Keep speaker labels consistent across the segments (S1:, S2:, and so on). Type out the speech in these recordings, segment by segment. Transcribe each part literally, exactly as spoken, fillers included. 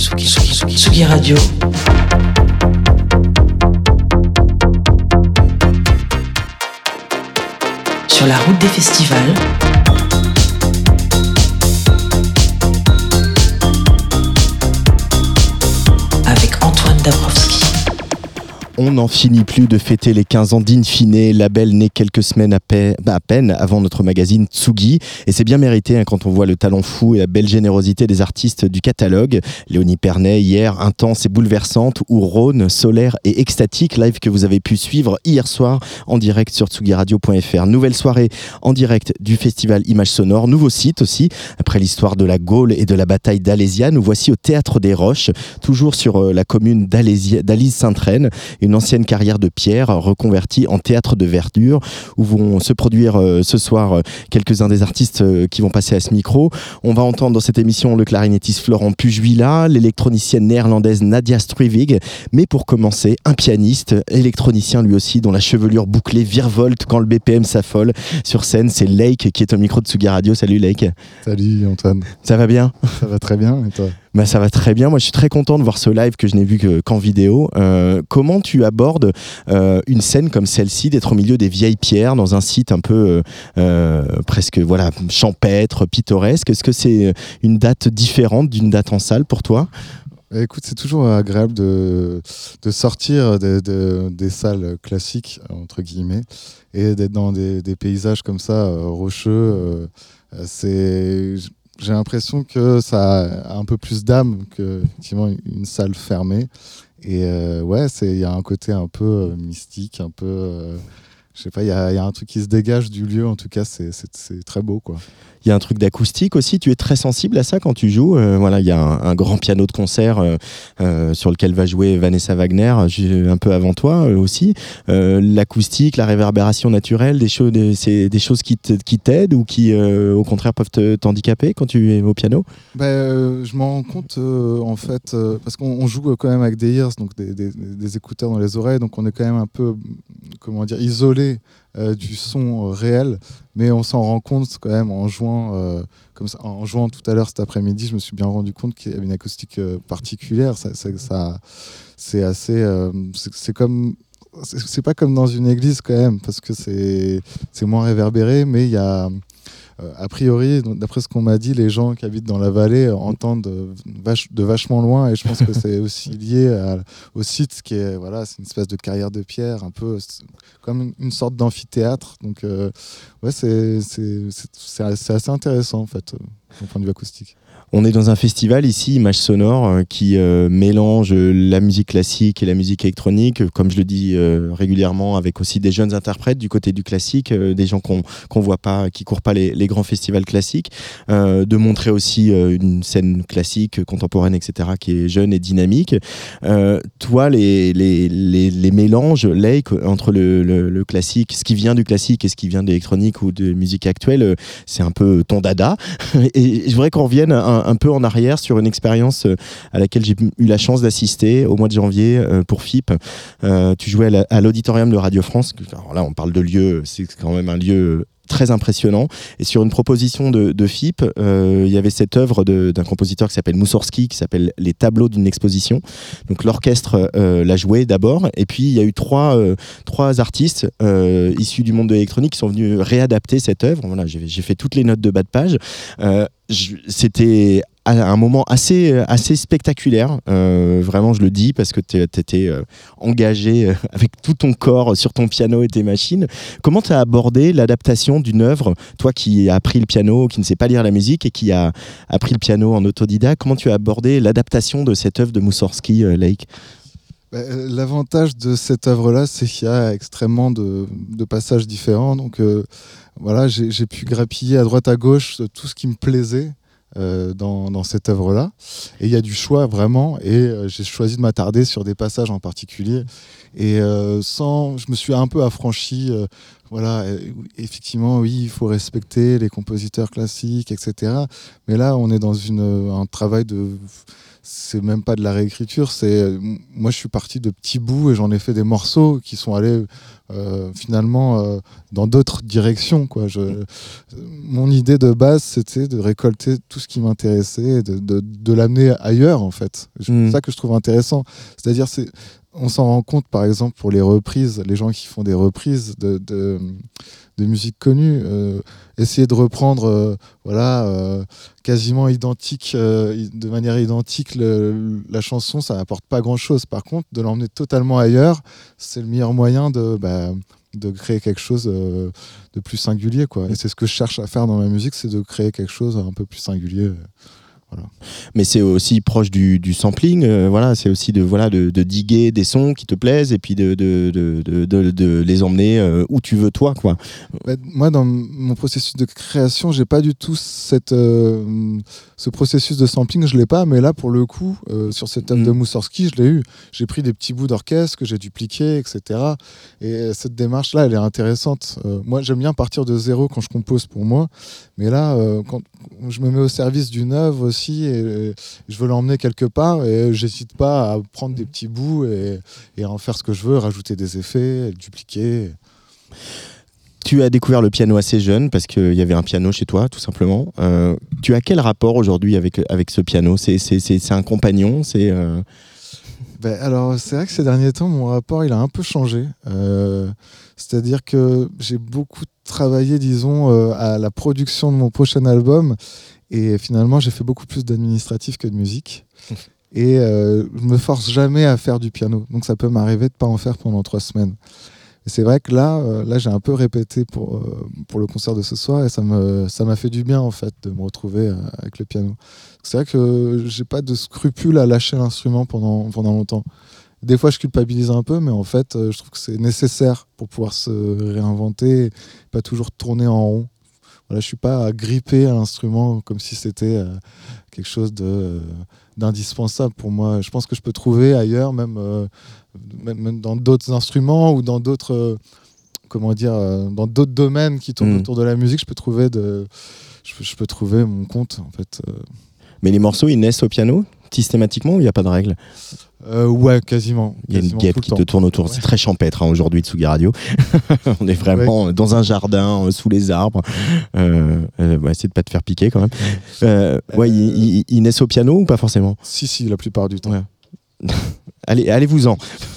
S1: Tsugi, Tsugi, Tsugi, Tsugi Radio. Sur la route des festivals. Avec Antoine Dabrowski.
S2: On n'en finit plus de fêter les quinze ans d'Infine, label né quelques semaines à peine, à peine avant notre magazine Tsugi. Et c'est bien mérité hein, quand on voit le talent fou et la belle générosité des artistes du catalogue. Léonie Pernet, hier, intense et bouleversante, ou Rhône, solaire et extatique, live que vous avez pu suivre hier soir en direct sur tsugi radio point f r. Nouvelle soirée en direct du festival Images Sonores, nouveau site aussi. Après l'histoire de la Gaule et de la bataille d'Alésia, nous voici au Théâtre des Roches, toujours sur la commune d'Alise-Sainte-Reine. Une ancienne carrière de pierre reconvertie en théâtre de verdure où vont se produire euh, ce soir euh, quelques-uns des artistes euh, qui vont passer à ce micro. On va entendre dans cette émission le clarinettiste Florent Pujuila, l'électronicienne néerlandaise Nadia Struyvig, mais pour commencer, un pianiste, électronicien lui aussi, dont la chevelure bouclée virevolte quand le B P M s'affole. Sur scène, c'est Lake qui est au micro de Tsugi Radio. Salut Lake.
S3: Salut Antoine.
S2: Ça va bien ?
S3: Ça va très bien, et toi ?
S2: Bah ça va très bien. Moi, je suis très content de voir ce live que je n'ai vu que, qu'en vidéo. Euh, comment tu abordes euh, une scène comme celle-ci, d'être au milieu des vieilles pierres dans un site un peu euh, presque voilà champêtre, pittoresque ? Est-ce que c'est une date différente d'une date en salle pour toi ?
S3: Écoute, c'est toujours agréable de, de sortir de, de, des salles classiques, entre guillemets, et d'être dans des, des paysages comme ça, euh, rocheux. Euh, c'est... J'ai l'impression que ça a un peu plus d'âme que effectivement une salle fermée. Et euh, ouais, il y a un côté un peu euh, mystique, un peu... Euh, je sais pas, il y a, y a un truc qui se dégage du lieu. En tout cas, c'est, c'est, c'est très beau, quoi.
S2: Il y a un truc d'acoustique aussi, tu es très sensible à ça quand tu joues. Euh, voilà, il y a un, un grand piano de concert euh, euh, sur lequel va jouer Vanessa Wagner un peu avant toi euh, aussi. Euh, l'acoustique, la réverbération naturelle, des choses, des, c'est des choses qui, te, qui t'aident ou qui euh, au contraire peuvent te, t'handicaper quand tu es au piano ?
S3: Ben, euh, je m'en rends compte euh, en fait euh, parce qu'on on joue quand même avec des ears, donc des, des, des écouteurs dans les oreilles, donc on est quand même un peu comment dire isolé euh, du son euh, réel, mais on s'en rend compte quand même en jouant euh, comme ça, en jouant tout à l'heure cet après-midi. Je me suis bien rendu compte qu'il y avait une acoustique euh, particulière. Ça, ça, ça c'est assez, euh, c'est, c'est comme c'est, c'est pas comme dans une église quand même, parce que c'est c'est moins réverbéré, mais il y a Euh, a priori, d'après ce qu'on m'a dit, les gens qui habitent dans la vallée entendent de, vache, de vachement loin, et je pense que c'est aussi lié à, au site qui est, voilà, c'est une espèce de carrière de pierre, un peu comme une, une sorte d'amphithéâtre. Donc, euh, ouais, c'est, c'est, c'est, c'est, c'est assez intéressant en fait, euh, du point de vue acoustique.
S2: On est dans un festival ici, Images Sonores, euh, qui euh, mélange la musique classique et la musique électronique, comme je le dis euh, régulièrement, avec aussi des jeunes interprètes du côté du classique, euh, des gens qu'on qu'on voit pas, qui courent pas les, les grands festivals classiques, euh, de montrer aussi euh, une scène classique, contemporaine, et cetera, qui est jeune et dynamique. Euh, toi, les, les, les, les mélanges, Lake, entre le, le, le classique, ce qui vient du classique et ce qui vient de l'électronique ou de musique actuelle, euh, c'est un peu ton dada. Et je voudrais qu'on revienne un, un peu en arrière sur une expérience à laquelle j'ai eu la chance d'assister au mois de janvier euh, pour F I P. Euh, tu jouais à, la, à l'auditorium de Radio France. Alors là, on parle de lieu, c'est quand même un lieu très impressionnant. Et sur une proposition de, de F I P, euh, il y avait cette œuvre de, d'un compositeur qui s'appelle Moussorski, qui s'appelle Les tableaux d'une exposition. Donc l'orchestre euh, l'a joué d'abord, et puis il y a eu trois, euh, trois artistes euh, issus du monde de l'électronique qui sont venus réadapter cette œuvre. Voilà, j'ai, j'ai fait toutes les notes de bas de page. Euh, je, c'était un moment assez, assez spectaculaire, euh, vraiment je le dis parce que tu étais euh, engagé euh, avec tout ton corps sur ton piano et tes machines. Comment tu as abordé l'adaptation d'une œuvre, toi qui as appris le piano, qui ne sais pas lire la musique et qui a appris le piano en autodidacte, comment tu as abordé l'adaptation de cette œuvre de Moussorski, euh, Lake ?
S3: L'avantage de cette œuvre-là, c'est qu'il y a extrêmement de, de passages différents. Donc euh, voilà, j'ai, j'ai pu grappiller à droite à gauche tout ce qui me plaisait euh, dans, dans cette œuvre-là. Et il y a du choix vraiment. Et euh, j'ai choisi de m'attarder sur des passages en particulier. Et euh, sans, je me suis un peu affranchi. Euh, voilà, effectivement, oui, il faut respecter les compositeurs classiques, et cetera. Mais là, on est dans une, un travail de... C'est même pas de la réécriture, c'est... Moi, je suis parti de petits bouts et j'en ai fait des morceaux qui sont allés euh, finalement euh, dans d'autres directions, quoi. Je... Mon idée de base, c'était de récolter tout ce qui m'intéressait et de, de, de l'amener ailleurs, en fait. C'est mmh. ça que je trouve intéressant. C'est-à-dire, c'est... on s'en rend compte, par exemple, pour les reprises, les gens qui font des reprises de, de, de musique connue, euh, essayer de reprendre euh, voilà, euh, quasiment identique, euh, de manière identique le, la chanson, ça n'apporte pas grand-chose. Par contre, de l'emmener totalement ailleurs, c'est le meilleur moyen de, bah, de créer quelque chose euh, de plus singulier, quoi. Et c'est ce que je cherche à faire dans ma musique, c'est de créer quelque chose un peu plus singulier. Voilà.
S2: Mais c'est aussi proche du, du sampling, euh, voilà, c'est aussi de, voilà, de, de diguer des sons qui te plaisent et puis de, de, de, de, de, de les emmener euh, où tu veux toi, quoi.
S3: Bah, moi, dans mon processus de création, j'ai pas du tout cette, euh, ce processus de sampling, je l'ai pas, mais là, pour le coup, euh, sur cette œuvre mmh. de Moussorgsky, je l'ai eu. J'ai pris des petits bouts d'orchestre que j'ai dupliqués, et cetera. Et cette démarche-là, elle est intéressante. Euh, moi, j'aime bien partir de zéro quand je compose pour moi, mais là, euh, quand je me mets au service d'une œuvre aussi, et je veux l'emmener quelque part et j'hésite pas à prendre des petits bouts et, et à en faire ce que je veux, rajouter des effets, dupliquer.
S2: Tu as découvert le piano assez jeune parce qu'il y avait un piano chez toi, tout simplement. Euh, tu as quel rapport aujourd'hui avec, avec ce piano ? c'est, c'est, c'est, c'est un compagnon c'est, euh...
S3: ben, alors, c'est vrai que ces derniers temps, mon rapport il a un peu changé. Euh, c'est-à-dire que j'ai beaucoup travaillé, disons, euh, à la production de mon prochain album. Et finalement, j'ai fait beaucoup plus d'administratif que de musique. Et euh, je me force jamais à faire du piano. Donc ça peut m'arriver de pas en faire pendant trois semaines. Et c'est vrai que là, euh, là j'ai un peu répété pour, euh, pour le concert de ce soir et ça, me, ça m'a fait du bien en fait de me retrouver euh, avec le piano. C'est vrai que j'ai pas de scrupule à lâcher l'instrument pendant, pendant longtemps. Des fois, je culpabilise un peu, mais en fait, euh, je trouve que c'est nécessaire pour pouvoir se réinventer, et pas toujours tourner en rond. Voilà, je ne suis pas grippé à l'instrument comme si c'était euh, quelque chose de, euh, d'indispensable pour moi. Je pense que je peux trouver ailleurs, même, euh, même, même dans d'autres instruments ou dans d'autres, euh, comment dire, euh, dans d'autres domaines qui tournent mmh. autour de la musique, je peux trouver, de, je, je peux trouver mon compte. En fait. Euh.
S2: Mais les morceaux, ils naissent au piano systématiquement ou il n'y a pas de règle ?
S3: Euh, ouais, quasiment.
S2: Il y a une guêpe qui te tourne autour.
S3: Ouais.
S2: C'est très champêtre hein, aujourd'hui de Tsugi Radio. On est vraiment ouais. dans un jardin, euh, sous les arbres. Euh, euh, bah, essaye de pas te faire piquer quand même. Euh, ouais, euh... ils, ils, ils naissent au piano ou pas forcément ?
S3: Si, si, la plupart du temps.
S2: Ouais. Allez, allez-vous-en.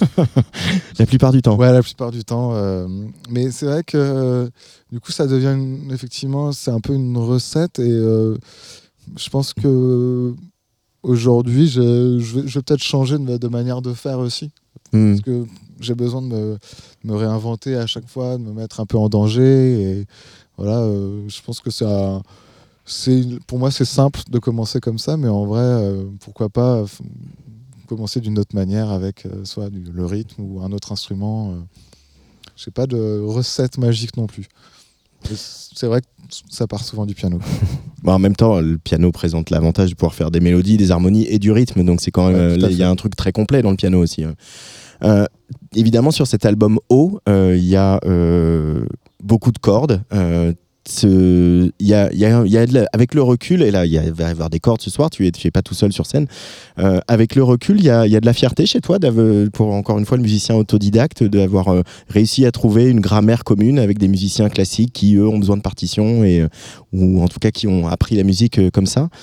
S2: La plupart du temps.
S3: Ouais, la plupart du temps. Euh, mais c'est vrai que euh, du coup, ça devient une, effectivement, c'est un peu une recette et euh, je pense que aujourd'hui, je, je, vais, je vais peut-être changer de, de manière de faire aussi. Mmh. Parce que j'ai besoin de me, de me réinventer à chaque fois, de me mettre un peu en danger. Et voilà, euh, je pense que ça, c'est, pour moi, c'est simple de commencer comme ça, mais en vrai, euh, pourquoi pas f- commencer d'une autre manière avec euh, soit du, le rythme ou un autre instrument. Euh. Je n'ai pas de recette magique non plus. C'est vrai que ça part souvent du piano.
S2: Bon, en même temps, le piano présente l'avantage de pouvoir faire des mélodies, des harmonies et du rythme. Donc, c'est quand même, il ouais, y a un truc très complet dans le piano aussi. Euh, évidemment, sur cet album O, il euh, y a euh, beaucoup de cordes. Euh, il y a, y a, y a la, avec le recul, et là, il va y avoir des cordes ce soir, tu es pas tout seul sur scène. Euh, avec le recul, il y a, y a de la fierté chez toi, pour encore une fois le musicien autodidacte, d'avoir euh, réussi à trouver une grammaire commune avec des musiciens classiques qui, eux, ont besoin de partitions, et, ou en tout cas qui ont appris la musique euh, comme ça.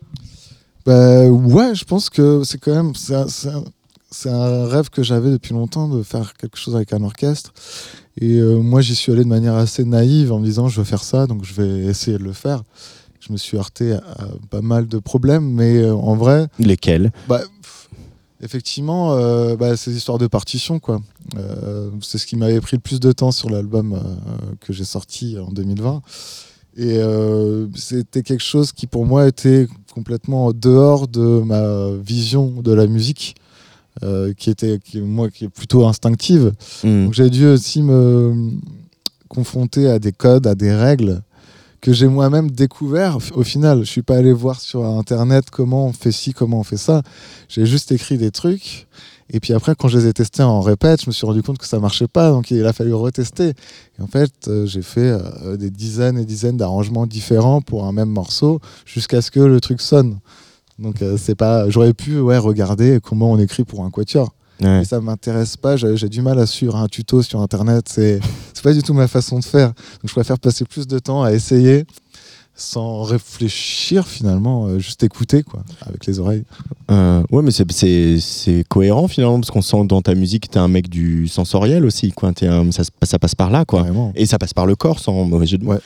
S3: Bah, ouais, je pense que c'est quand même... C'est un, c'est un... C'est un rêve que j'avais depuis longtemps de faire quelque chose avec un orchestre. Et euh, moi, j'y suis allé de manière assez naïve en me disant je veux faire ça, donc je vais essayer de le faire. Je me suis heurté à, à pas mal de problèmes, mais euh, en vrai...
S2: Lesquels ?
S3: bah, pff, Effectivement, euh, bah, ces histoires de partition, quoi. Euh, c'est ce qui m'avait pris le plus de temps sur l'album euh, que j'ai sorti en deux mille vingt. Et euh, c'était quelque chose qui, pour moi, était complètement en dehors de ma vision de la musique. Euh, qui était qui, moi qui est plutôt instinctive. Mmh. Donc j'ai dû aussi me confronter à des codes, à des règles que j'ai moi-même découvert au final. Je suis pas allé voir sur internet comment on fait ci, comment on fait ça. J'ai juste écrit des trucs. Et puis après, quand je les ai testés en répète, je me suis rendu compte que ça marchait pas, donc il a fallu retester. Et en fait, euh, j'ai fait euh, des dizaines et dizaines d'arrangements différents pour un même morceau, jusqu'à ce que le truc sonne. Donc euh, c'est pas, j'aurais pu ouais regarder comment on écrit pour un quatuor. Ouais. Mais ça m'intéresse pas. J'ai, j'ai du mal à suivre un tuto sur internet. C'est c'est pas du tout ma façon de faire. Donc je préfère passer plus de temps à essayer, sans réfléchir finalement, euh, juste écouter quoi, avec les oreilles.
S2: Euh, ouais, mais c'est, c'est, c'est cohérent finalement, parce qu'on sent dans ta musique que t'es un mec du sensoriel aussi, quoi. T'es un, ça, ça passe par là, quoi.
S3: Vraiment.
S2: Et ça passe par le corps, sans mauvais jeu de mots.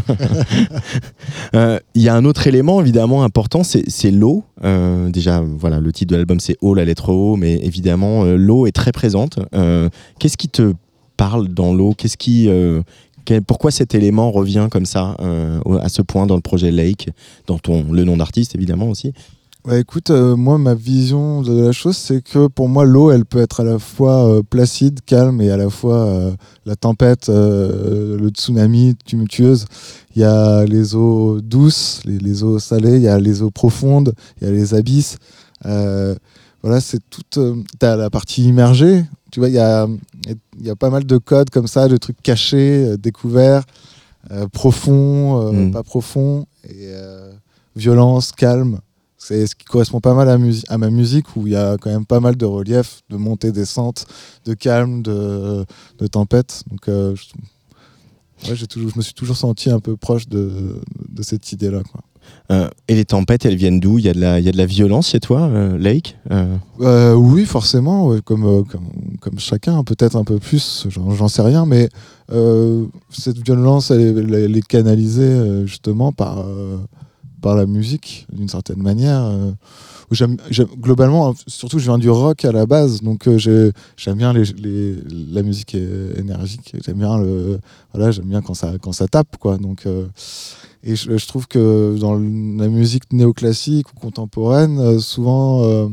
S2: Il
S3: ouais.
S2: euh, y a un autre élément évidemment important, c'est, c'est l'eau. Euh, déjà, voilà, le titre de l'album c'est O, la lettre O, mais évidemment euh, l'eau est très présente. Euh, qu'est-ce qui te parle dans l'eau ? Qu'est-ce qui euh, Pourquoi cet élément revient comme ça, euh, à ce point dans le projet Lake, dans ton, le nom d'artiste évidemment aussi ?
S3: Bah écoute, euh, moi ma vision de la chose, c'est que pour moi l'eau, elle peut être à la fois euh, placide, calme, et à la fois euh, la tempête, euh, le tsunami, tumultueuse. Il y a les eaux douces, les, les eaux salées, il y a les eaux profondes, il y a les abysses. Euh, voilà, c'est toute. Euh, t'as la partie immergée. Tu vois, il y a, il y a pas mal de codes comme ça, de trucs cachés, euh, découverts, euh, profonds, euh, mmh. pas profonds, et euh, violence, calme. C'est ce qui correspond pas mal à, musi- à ma musique, où il y a quand même pas mal de relief, de montée, descente, de calme, de, de tempête. Donc, euh, je, ouais, j'ai toujours, je me suis toujours senti un peu proche de, de cette idée-là, quoi.
S2: Euh, et les tempêtes, elles viennent d'où ? Il y a de la, il y a de la violence chez toi, euh, Lake euh...
S3: Euh, Oui, forcément, ouais, comme, euh, comme, comme chacun, peut-être un peu plus, j'en, j'en sais rien, mais euh, cette violence, elle, elle, elle est canalisée euh, justement par, euh, par la musique, d'une certaine manière. Euh, où j'aime, j'aime, globalement, surtout, je viens du rock à la base, donc euh, j'ai, j'aime bien les, les, la musique énergique, j'aime bien, le, voilà, j'aime bien quand ça, quand ça tape, quoi. Donc, euh, et je, je trouve que dans la musique néoclassique ou contemporaine, euh, souvent, euh,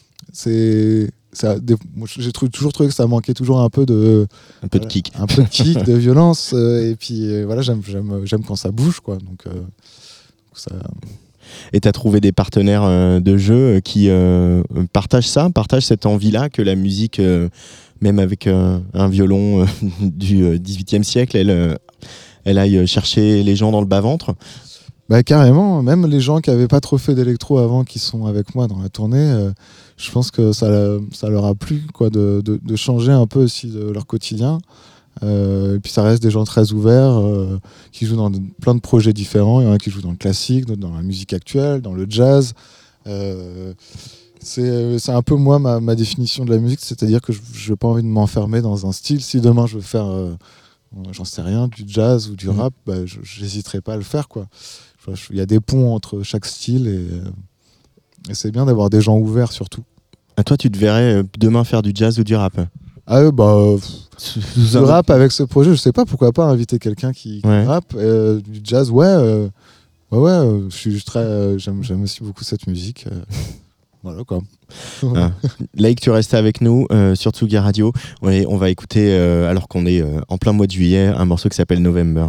S3: c'est, ça, des, moi, j'ai trouvé, toujours trouvé que ça manquait toujours un peu de,
S2: un peu
S3: voilà,
S2: de kick,
S3: un peu de kick, de violence, euh, et puis euh, voilà, j'aime, j'aime, j'aime quand ça bouge, quoi. Donc, euh, donc ça.
S2: Et tu as trouvé des partenaires euh, de jeu qui euh, partagent ça, partagent cette envie-là que la musique, euh, même avec euh, un violon euh, du dix-huitième siècle, elle, euh, elle aille chercher les gens dans le bas-ventre ?
S3: Bah carrément, même les gens qui n'avaient pas trop fait d'électro avant, qui sont avec moi dans la tournée, euh, je pense que ça, ça leur a plu, quoi, de, de, de changer un peu aussi de leur quotidien. Euh, et puis ça reste des gens très ouverts, euh, qui jouent dans de, plein de projets différents. Il y en a qui jouent dans le classique, d'autres dans la musique actuelle, dans le jazz. Euh, c'est, c'est un peu moi ma, ma définition de la musique, c'est-à-dire que je n'ai pas envie de m'enfermer dans un style. Si demain je veux faire, euh, j'en sais rien, du jazz ou du rap, bah, je n'hésiterai pas à le faire, quoi. Il y a des ponts entre chaque style, et, et c'est bien d'avoir des gens ouverts surtout.
S2: À toi, tu te verrais demain faire du jazz ou du rap ?
S3: Ah euh, bah euh, du rap avec ce projet, je sais pas, pourquoi pas inviter quelqu'un qui, qui ouais. rappe, euh, du jazz, ouais, euh, ouais, ouais, euh, je suis très, euh, j'aime, j'aime aussi beaucoup cette musique. Euh, voilà quoi.
S2: Ah. Lake, tu restes avec nous euh, sur Tsugi Radio. Ouais, on va écouter, euh, alors qu'on est euh, en plein mois de juillet, un morceau qui s'appelle November.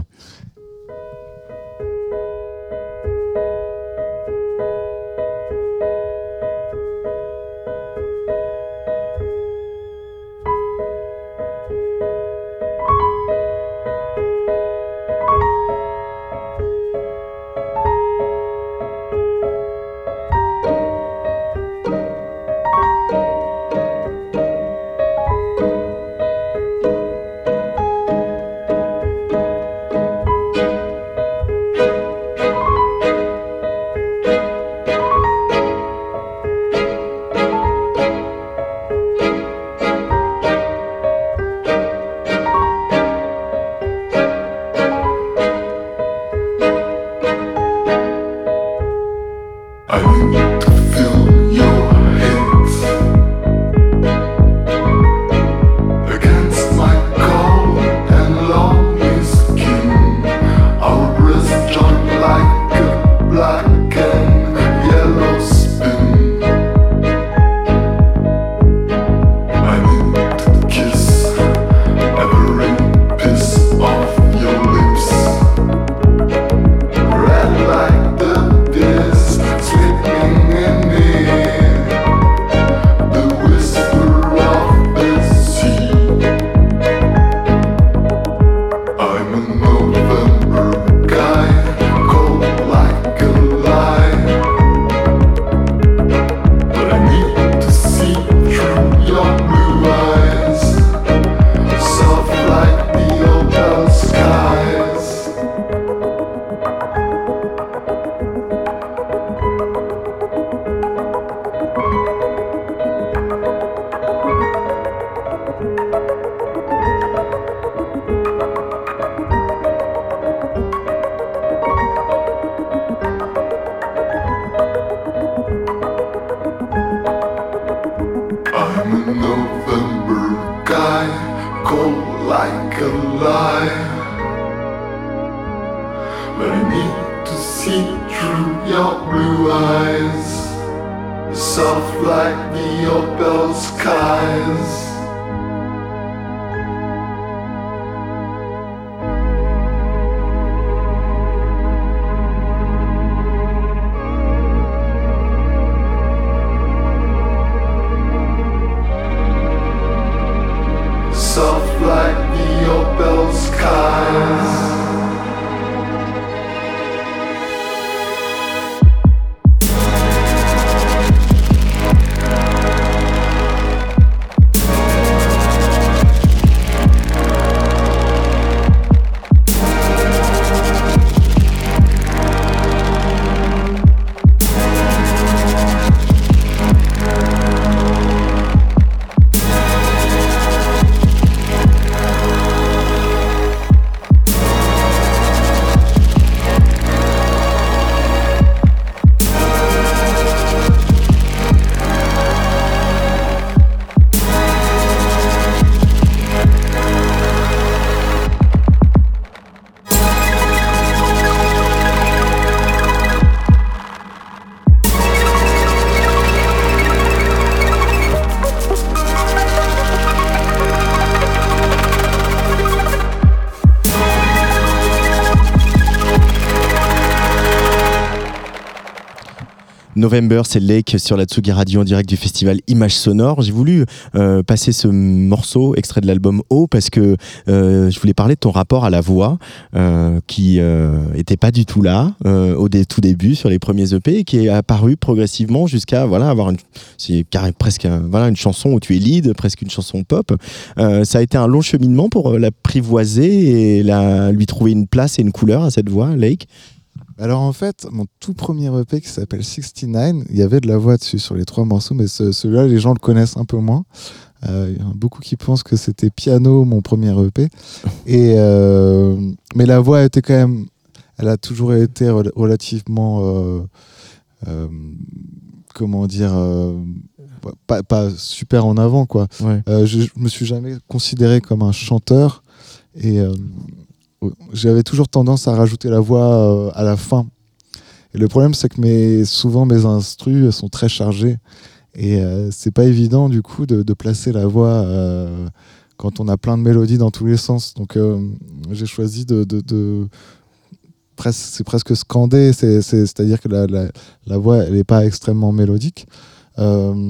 S4: cold like a lie. But I need to see through your blue eyes, soft like the opal skies. Soft like the opal skies.
S2: November, c'est Lake sur la Tsugi Radio en direct du festival Images Sonores. J'ai voulu euh, passer ce morceau extrait de l'album O parce que euh, je voulais parler de ton rapport à la voix euh, qui euh, était pas du tout là euh, au dé- tout début sur les premiers E P et qui est apparu progressivement jusqu'à voilà avoir une c'est carré, presque un, voilà une chanson où tu es lead, presque une chanson pop. Euh, ça a été un long cheminement pour euh, l'apprivoiser et la, lui trouver une place et une couleur à cette voix, Lake.
S3: Alors en fait, mon tout premier E P qui s'appelle soixante-neuf, il y avait de la voix dessus sur les trois morceaux, mais ce, celui-là, les gens le connaissent un peu moins. Euh, il y en a beaucoup qui pensent que c'était Piano, mon premier E P. Et, euh, mais la voix était quand même... Elle a toujours été rel- relativement... Euh, euh, comment dire... Euh, pas, pas super en avant, quoi.
S2: Ouais.
S3: Euh, je, je me suis jamais considéré comme un chanteur. Et... Euh, j'avais toujours tendance à rajouter la voix euh, à la fin. Et le problème, c'est que mes, souvent mes instrus sont très chargés. Et euh, c'est pas évident, du coup, de, de placer la voix euh, quand on a plein de mélodies dans tous les sens. Donc, euh, j'ai choisi de... de, de pres- c'est presque scandé. C'est, c'est, c'est-à-dire que la, la, la voix, elle n'est pas extrêmement mélodique. Euh,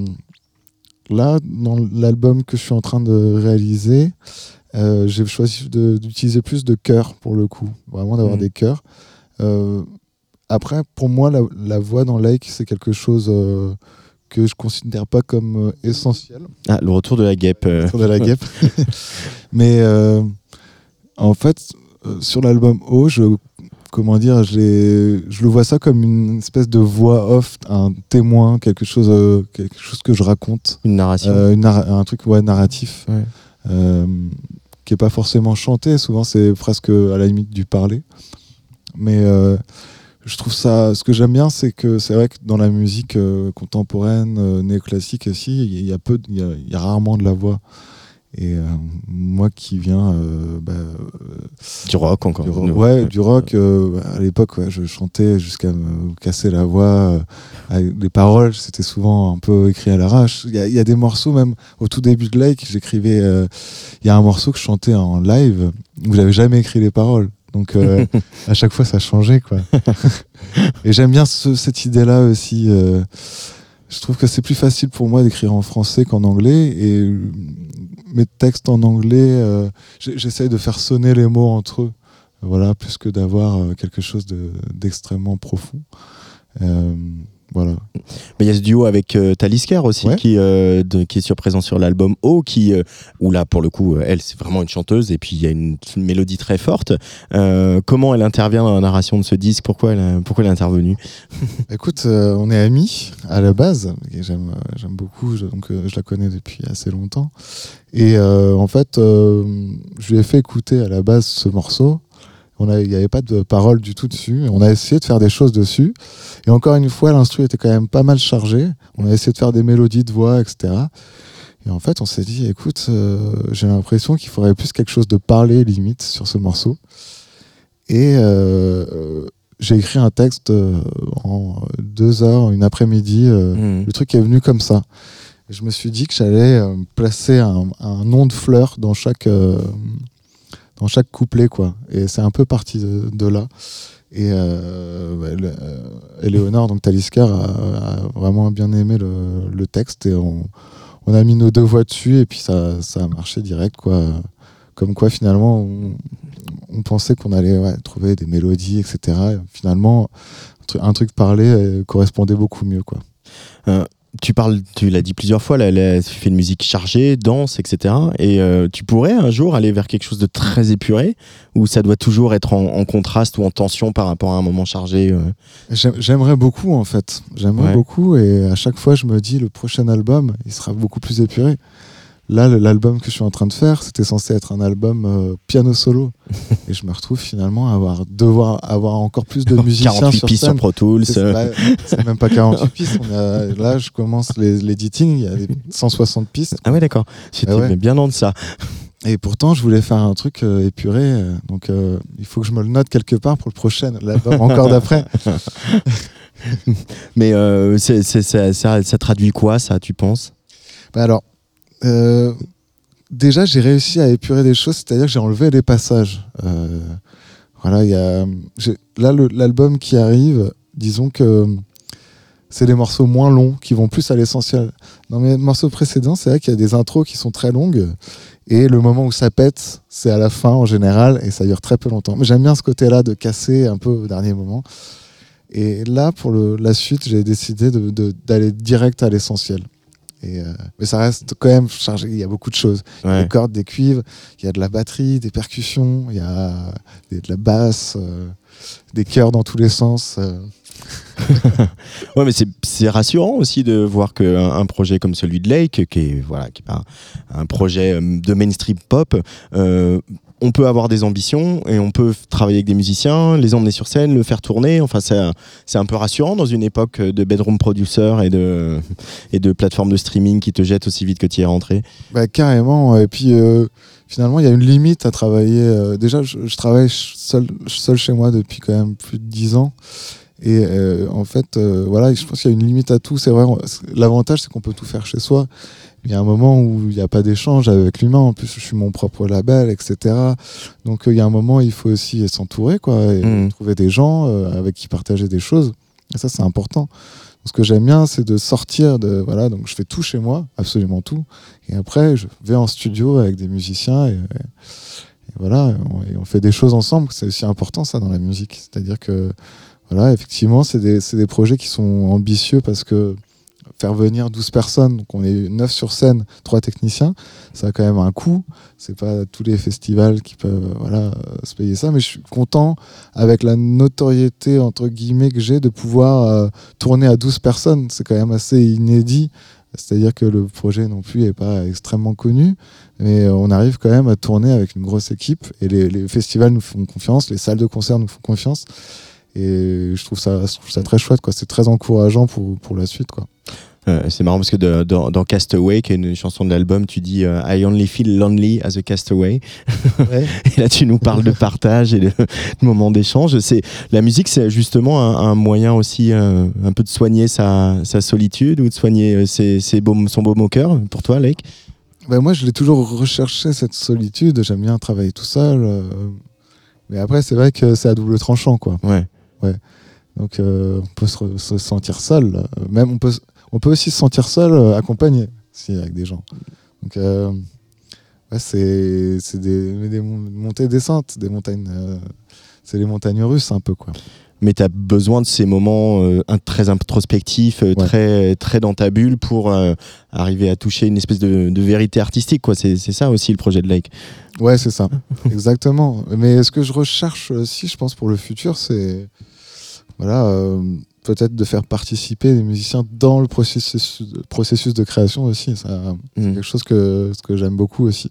S3: là, dans l'album que je suis en train de réaliser... Euh, j'ai choisi de, d'utiliser plus de chœurs pour le coup, vraiment d'avoir mmh. des chœurs. Euh, après, pour moi, la, la voix dans Lake, c'est quelque chose euh, que je considère pas comme euh, essentiel.
S2: Ah, le retour de la guêpe. Euh...
S3: Le retour de la guêpe. Mais euh, en fait, euh, sur l'album O, je, comment dire, j'ai, je le vois ça comme une espèce de voix off, un témoin, quelque chose, euh, quelque chose que je raconte.
S2: Une narration.
S3: Euh, une nar- un truc ouais, narratif.
S2: Ouais.
S3: Euh, qui n'est pas forcément chanté, souvent c'est presque à la limite du parler. Mais euh, je trouve ça, ce que j'aime bien, c'est que c'est vrai que dans la musique euh, contemporaine, euh, néoclassique aussi, il y a peu, il y a, y a rarement de la voix. Et euh, moi qui viens euh, bah, euh,
S2: du rock encore.
S3: Du rock, ouais, du rock. Euh, à l'époque, ouais, je chantais jusqu'à me casser la voix. Euh, avec les paroles, c'était souvent un peu écrit à l'arrache. Il y, y a des morceaux, même au tout début de Lake, j'écrivais. Il euh, y a un morceau que je chantais en live où j'avais jamais écrit les paroles. Donc euh, à chaque fois, ça changeait, quoi. Et j'aime bien ce, cette idée-là aussi. Euh, je trouve que c'est plus facile pour moi d'écrire en français qu'en anglais. Et mes textes en anglais, euh, j'essaye de faire sonner les mots entre eux, voilà, plus que d'avoir euh, quelque chose de, d'extrêmement profond. Euh, voilà.
S2: Mais il y a ce duo avec euh, Talisker aussi, ouais. qui, euh, de, qui est sur présent sur l'album O, qui, euh, où là, pour le coup, euh, elle, c'est vraiment une chanteuse, et puis il y a une, une mélodie très forte. Euh, comment elle intervient dans la narration de ce disque ? Pourquoi elle, a, pourquoi elle est intervenue ?
S3: Écoute, euh, on est amis à la base, et j'aime, j'aime beaucoup, je, donc euh, je la connais depuis assez longtemps. Et euh, en fait, euh, je lui ai fait écouter à la base ce morceau. Il n'y avait pas de paroles du tout dessus. On a essayé de faire des choses dessus. Et encore une fois, l'instru était quand même pas mal chargé. On a essayé de faire des mélodies de voix, et cetera. Et en fait, on s'est dit, écoute, euh, j'ai l'impression qu'il faudrait plus quelque chose de parlé, limite, sur ce morceau. Et euh, j'ai écrit un texte euh, en deux heures, une après-midi. Euh, mmh. Le truc est venu comme ça. Et je me suis dit que j'allais euh, placer un, un nom de fleur dans chaque, euh, dans chaque couplet, quoi. Et c'est un peu parti de, de là. Et euh, bah, le, euh, Éléonore, donc Talisker, a, a vraiment bien aimé le, le texte. Et on, on a mis nos deux voix dessus. Et puis ça, ça a marché direct, quoi. Comme quoi, finalement, on, on pensait qu'on allait ouais, trouver des mélodies, et cetera. Et finalement, un truc, un truc parlé euh, correspondait beaucoup mieux, quoi.
S2: Euh, tu parles, tu l'as dit plusieurs fois, là, là, tu fais une musique chargée, danse, et cetera. Et euh, tu pourrais un jour aller vers quelque chose de très épuré, ou ça doit toujours être en, en contraste ou en tension par rapport à un moment chargé euh...
S3: J'aimerais beaucoup, en fait. J'aimerais ouais. beaucoup, et à chaque fois, je me dis, le prochain album, il sera beaucoup plus épuré. Là, l'album que je suis en train de faire, c'était censé être un album euh, piano solo. Et je me retrouve finalement à avoir, devoir avoir encore plus de musiciens sur scène.
S2: quarante-huit pistes sur Pro Tools.
S3: C'est, bah, c'est même pas quarante-huit pistes. On a, là, je commence les, l'editing, il y a des cent soixante pistes.
S2: Ah ouais, d'accord. J'étais ah ouais. bien dans de ça.
S3: Et pourtant, je voulais faire un truc euh, épuré. Euh, donc, euh, il faut que je me le note quelque part pour le prochain, l'album encore d'après.
S2: Mais euh, c'est, c'est, ça, ça, ça traduit quoi, ça, tu penses ?
S3: Bah alors, Euh, déjà j'ai réussi à épurer des choses, c'est-à-dire que j'ai enlevé les passages. Euh, voilà, il y a j'ai, là le, l'album qui arrive, disons que c'est des morceaux moins longs qui vont plus à l'essentiel. Dans mes morceaux précédents, c'est vrai qu'il y a des intros qui sont très longues et le moment où ça pète, c'est à la fin en général et ça dure très peu longtemps. Mais j'aime bien ce côté-là de casser un peu au dernier moment. Et là, pour le, la suite, j'ai décidé de, de, d'aller direct à l'essentiel. Et euh, mais ça reste quand même chargé, il y a beaucoup de choses. Ouais. Il y a des cordes, des cuivres, il y a de la batterie, des percussions, il y a des, de la basse, euh, des chœurs dans tous les sens. Euh.
S2: Ouais, mais c'est, c'est rassurant aussi de voir qu'un un projet comme celui de Lake, qui est, voilà, qui est pas un, un projet de mainstream pop, euh, on peut avoir des ambitions et on peut travailler avec des musiciens, les emmener sur scène, le faire tourner. Enfin, c'est, c'est un peu rassurant dans une époque de bedroom producer et de, et de plateformes de streaming qui te jettent aussi vite que tu y es rentré.
S3: Bah, carrément. Et puis, euh, finalement, il y a une limite à travailler. Euh, déjà, je, je travaille seul, seul chez moi depuis quand même plus de dix ans. Et euh, en fait, euh, voilà, je pense qu'il y a une limite à tout. C'est vrai, on, l'avantage, c'est qu'on peut tout faire chez soi. Il y a un moment où il n'y a pas d'échange avec l'humain. En plus, je suis mon propre label, et cetera. Donc, il euh, y a un moment où il faut aussi s'entourer, quoi, et mmh. trouver des gens euh, avec qui partager des choses. Et ça, c'est important. Donc, ce que j'aime bien, c'est de sortir de... Voilà, donc je fais tout chez moi, absolument tout. Et après, je vais en studio avec des musiciens et, et, et voilà, on, et on fait des choses ensemble. C'est aussi important, ça, dans la musique. C'est-à-dire que, voilà, effectivement, c'est des, c'est des projets qui sont ambitieux parce que faire venir douze personnes, donc on est neuf sur scène, trois techniciens, ça a quand même un coût. C'est pas tous les festivals qui peuvent voilà, se payer ça, mais je suis content avec la notoriété entre guillemets que j'ai de pouvoir euh, tourner à douze personnes. C'est quand même assez inédit, c'est-à-dire que le projet non plus est pas extrêmement connu, mais on arrive quand même à tourner avec une grosse équipe et les, les festivals nous font confiance, les salles de concert nous font confiance. Et je trouve ça, je trouve ça très chouette, quoi. C'est très encourageant pour, pour la suite, quoi.
S2: Euh, c'est marrant parce que de, dans, dans Castaway, qui est une chanson de l'album, tu dis euh, I only feel lonely as a castaway. Ouais. Et là, tu nous parles de partage et de, de moments d'échange. C'est, la musique, c'est justement un, un moyen aussi euh, un peu de soigner sa, sa solitude ou de soigner ses, ses beaux, son beau moqueur. Pour toi, Lake ?
S3: Ben moi, je l'ai toujours recherché, cette solitude. J'aime bien travailler tout seul. Euh, mais après, c'est vrai que c'est à double tranchant, quoi.
S2: Ouais.
S3: Ouais. Donc euh, on peut se, re, se sentir seul. Même on peut, on peut aussi se sentir seul euh, accompagné, si, avec des gens. Donc euh, ouais, c'est, c'est des, des montées descentes, des montagnes. Euh, c'est les montagnes russes un peu, quoi.
S2: Mais tu as besoin de ces moments euh, très introspectifs, euh, ouais. très, très dans ta bulle pour euh, arriver à toucher une espèce de, de vérité artistique, quoi. C'est, c'est ça aussi le projet de Lake.
S3: Ouais, c'est ça, exactement. Mais ce que je recherche aussi, je pense, pour le futur, c'est voilà, euh, peut-être de faire participer les musiciens dans le processus, processus de création aussi. Ça, c'est mmh. quelque chose que, que j'aime beaucoup aussi.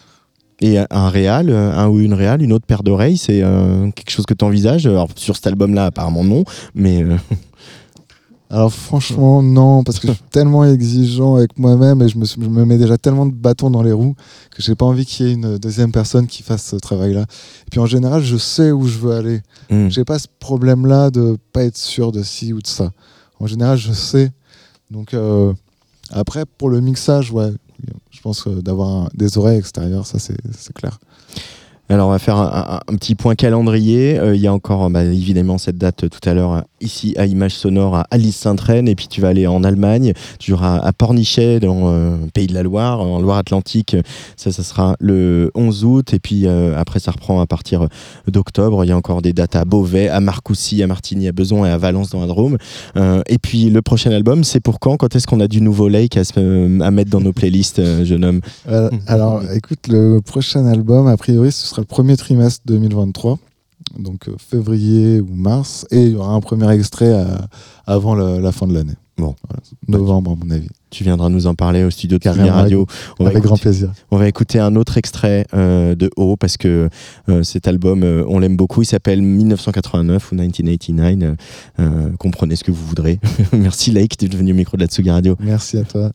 S2: Et un réal, un ou une réal, une autre paire d'oreilles, c'est euh, quelque chose que tu envisages ? Alors, sur cet album-là, apparemment non, mais... Euh...
S3: Alors franchement, non, parce que je suis tellement exigeant avec moi-même et je me, suis- je me mets déjà tellement de bâtons dans les roues que j'ai pas envie qu'il y ait une deuxième personne qui fasse ce travail-là. Et puis en général, je sais où je veux aller.
S2: Mm.
S3: J'ai pas ce problème-là de pas être sûr de ci ou de ça. En général, je sais. Donc euh, après, pour le mixage, ouais, je pense que d'avoir un- des oreilles extérieures, ça c'est c'est clair.
S2: Alors on va faire un, un- un petit point calendrier. Euh, Il y a encore bah, évidemment cette date euh, tout à l'heure euh, ici à Image Sonore à Alice-Sainte-Reine, et puis tu vas aller en Allemagne, tu iras à Pornichet dans euh, Pays de la Loire, en Loire-Atlantique. Ça, ça sera le onze août, et puis euh, après ça reprend à partir d'octobre. Il y a encore des dates à Beauvais, à Marcoussis, à Martigny, à Besançon et à Valence dans la Drôme. Euh, et puis le prochain album, c'est pour quand Quand est-ce qu'on a du nouveau Lake à, se- à mettre dans nos playlists, euh, jeune homme?
S3: Euh, alors, écoute, le prochain album, a priori, ce sera le premier trimestre deux mille vingt-trois, donc euh, février ou mars, et il y aura un premier extrait à- avant la, la fin de l'année.
S2: Bon.
S3: Voilà, novembre, à mon avis.
S2: Tu viendras nous en parler au studio de
S3: Carrément,
S2: Tsugi Radio. On va
S3: Avec
S2: écouter-
S3: grand plaisir.
S2: On va écouter un autre extrait euh, de O, parce que euh, cet album, euh, on l'aime beaucoup. Il s'appelle dix-neuf cent quatre-vingt-neuf ou dix-neuf cent quatre-vingt-dix-neuf. Euh, euh, comprenez ce que vous voudrez. Merci Lake d'être venu au micro de la Tsugi Radio.
S3: Merci à toi.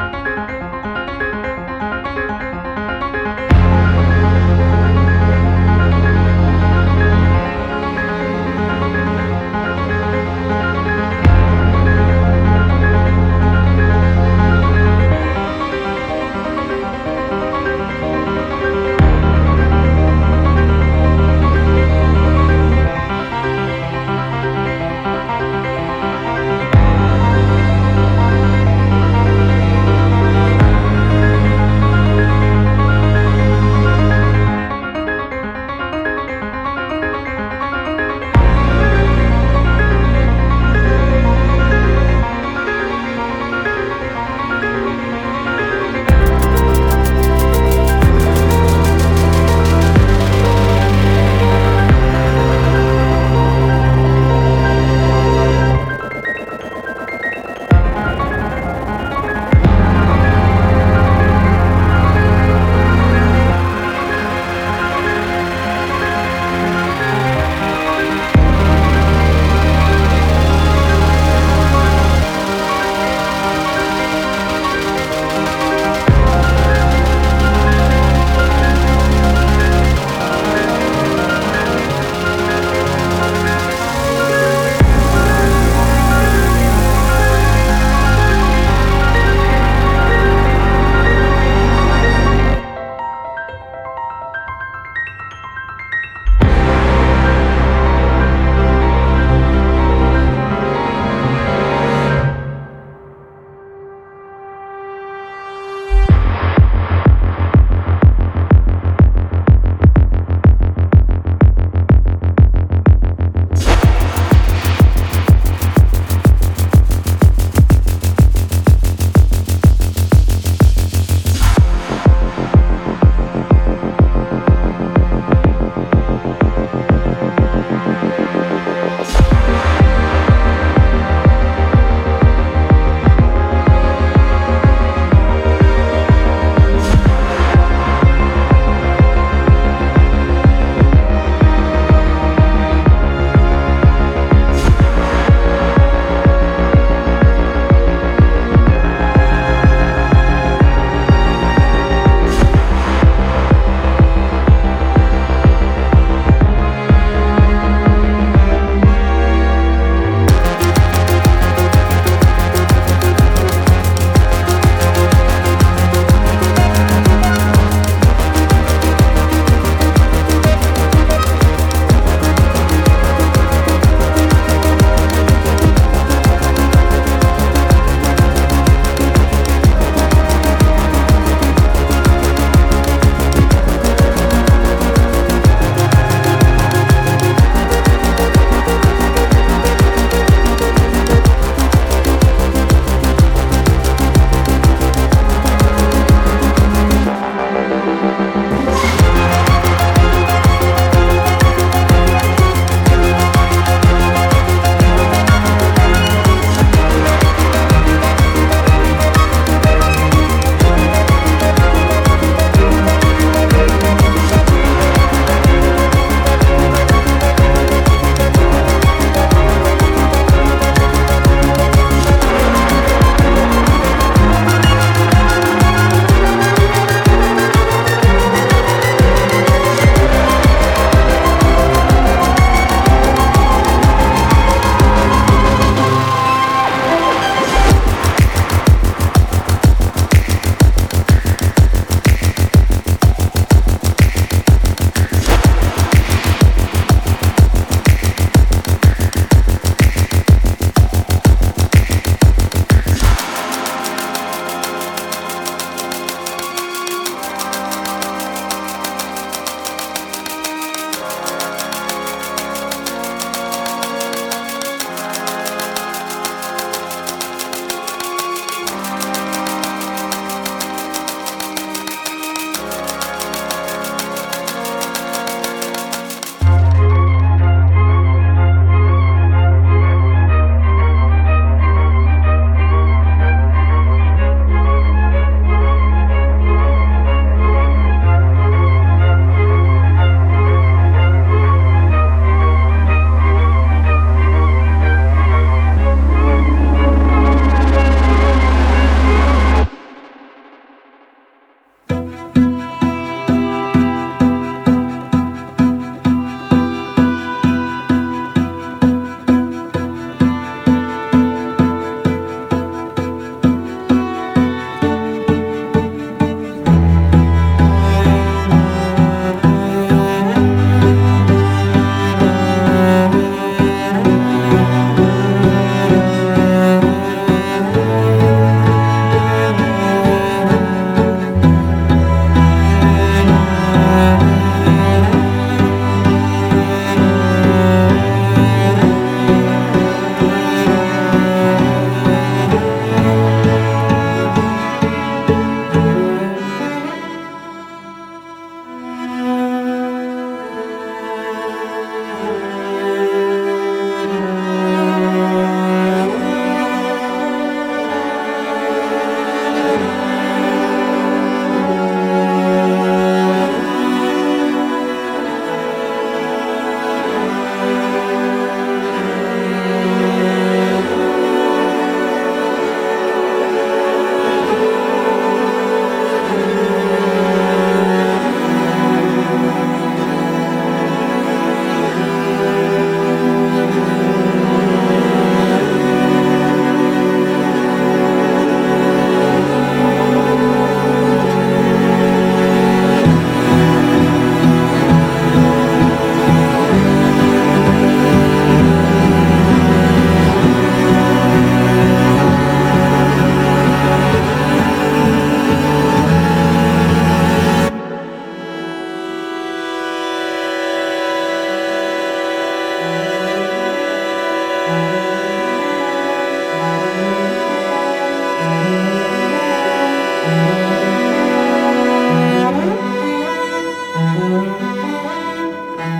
S4: Thank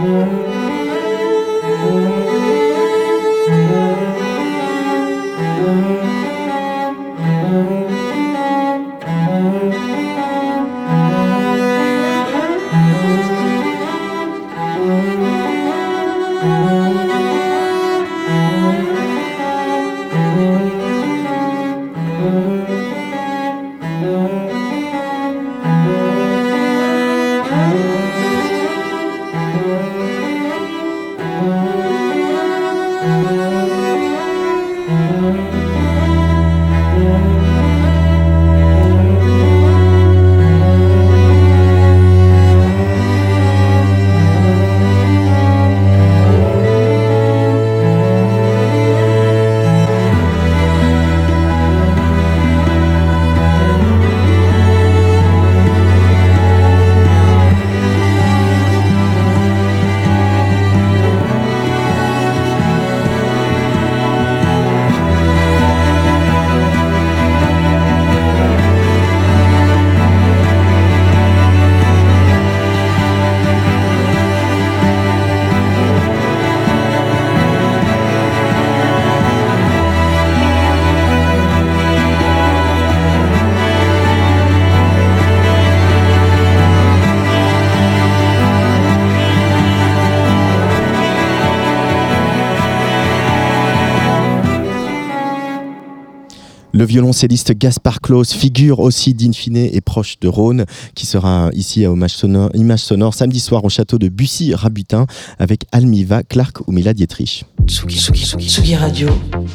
S2: Le violoncelliste Gaspard Claus, figure aussi d'Infine et proche de Rhône, qui sera ici à Image Sonore, Image Sonore samedi soir au château de Bussy-Rabutin avec Almiva, Clark ou Mila Dietrich.
S1: Tsugi, Tsugi, Tsugi, Tsugi Radio.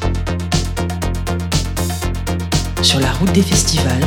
S1: Sur la route des festivals.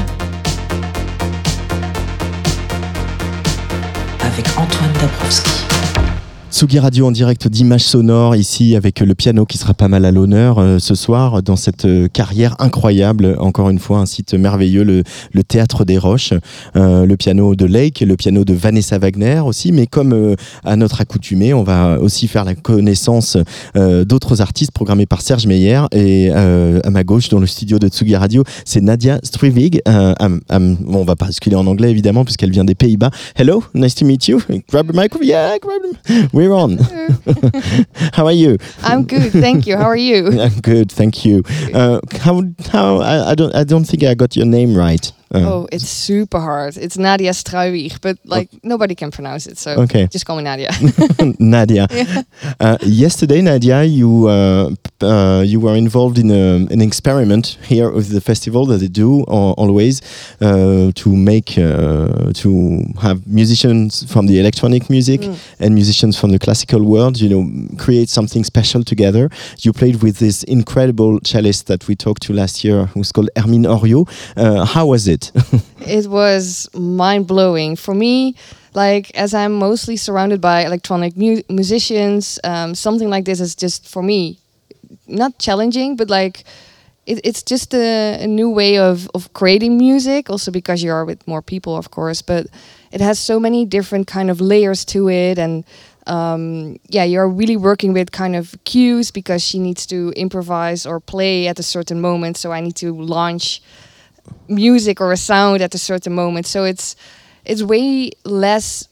S1: Avec Antoine Dabrowski.
S2: Tsugi Radio en direct d'Image Sonore, ici avec le piano qui sera pas mal à l'honneur euh, ce soir dans cette euh, carrière incroyable, encore une fois un site merveilleux, le, le Théâtre des Roches, euh, le piano de Lake, le piano de Vanessa Wagner aussi, mais comme euh, à notre accoutumée, on va aussi faire la connaissance euh, d'autres artistes programmés par Serge Meyer, et euh, à ma gauche dans le studio de Tsugi Radio, c'est Nadia Strivig, euh, I'm, I'm, bon, on va basculer en anglais évidemment puisqu'elle vient des Pays-Bas. Hello, nice to meet you. Grab the microphone, yeah, grab them. We're on. How are you?
S5: I'm good, thank you. How are you?
S2: I'm good, thank you. Uh, how how I, I don't I don't think I got your name right. Uh,
S5: oh, it's super hard. It's Nadia Struijweg, but like oh. nobody can pronounce it, so
S2: okay.
S5: just call me Nadia.
S2: Nadia.
S5: Yeah.
S2: Uh, yesterday, Nadia, you uh, uh, you were involved in a, an experiment here with the festival that they do uh, always uh, to make uh, to have musicians from the electronic music mm. and musicians from the classical world, you know, create something special together. You played with this incredible cellist that we talked to last year, who's called Hermine Oriot. Uh, how was it?
S5: It was mind-blowing for me. Like, as I'm mostly surrounded by electronic mu- musicians, um, something like this is just, for me, not challenging, but like it, it's just a, a new way of, of creating music, also because you are with more people, of course, but it has so many different kind of layers to it, and um, yeah, you're really working with kind of cues because she needs to improvise or play at a certain moment, so I need to launch music or a sound at a certain moment. So it's it's way less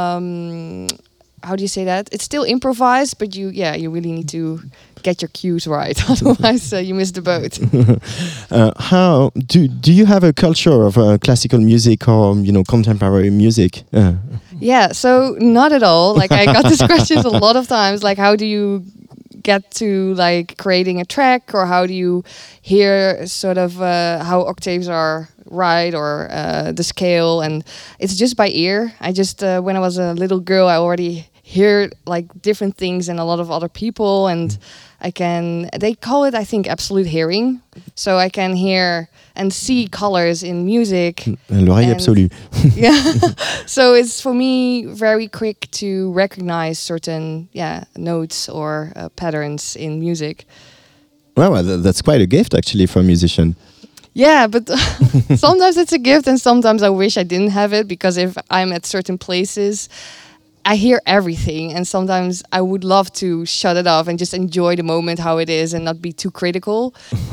S5: um how do you say that, it's still improvised, but you yeah you really need to get your cues right, otherwise uh, you miss the boat.
S2: uh, how do do you have a culture of uh, classical music or, you know, contemporary music? uh.
S5: Yeah, so not at all. Like, I got this question a lot of times, like, how do you get to like creating a track, or how do you hear sort of uh, how octaves are right, or uh, the scale? And it's just by ear. I just uh, when I was a little girl, I already hear like different things in a lot of other people, and I can, they call it, I think, absolute hearing. So I can hear and see colors in music.
S2: L'oreille absolue.
S5: Yeah. So it's for me very quick to recognize certain yeah notes or uh, patterns in music.
S2: Well, that's quite a gift actually for a musician.
S5: Yeah, but sometimes it's a gift and sometimes I wish I didn't have it, because if I'm at certain places, I hear everything, and sometimes I would love to shut it off and just enjoy the moment how it is and not be too critical.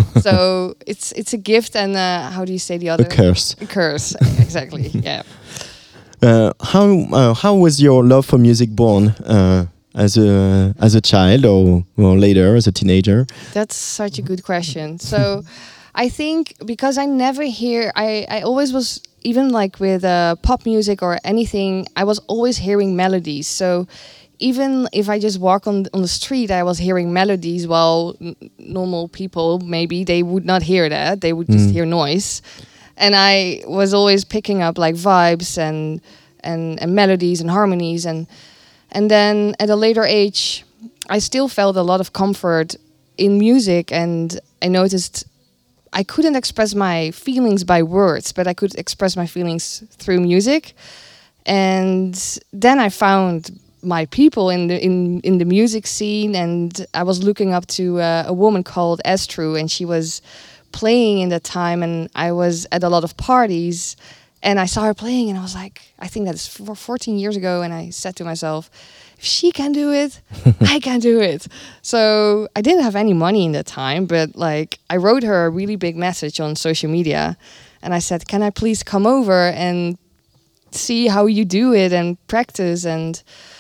S5: So it's it's a gift and uh, how do you say the other?
S2: A curse.
S5: A curse, exactly. Yeah.
S2: Uh, how uh, how was your love for music born? Uh, as a as a child or, or later as a teenager?
S5: That's such a good question. So I think because I never hear, I, I always was, even like with uh, pop music or anything, I was always hearing melodies. So even if I just walk on on the street, I was hearing melodies, while n- normal people, maybe they would not hear that. They would just
S2: Mm.
S5: hear noise. And I was always picking up like vibes and, and, and melodies and harmonies. And, and then at a later age, I still felt a lot of comfort in music, and I noticed I couldn't express my feelings by words, but I could express my feelings through music. And then I found my people in the in, in the music scene, and I was looking up to uh, a woman called Estru, and she was playing in that time, and I was at a lot of parties, and I saw her playing, and I was like, I think that's for fourteen years ago, and I said to myself, if she can do it, I can do it. So I didn't have any money in that time, but like I wrote her a really big message on social media, and I said, can I please come over and see how you do it and practice? And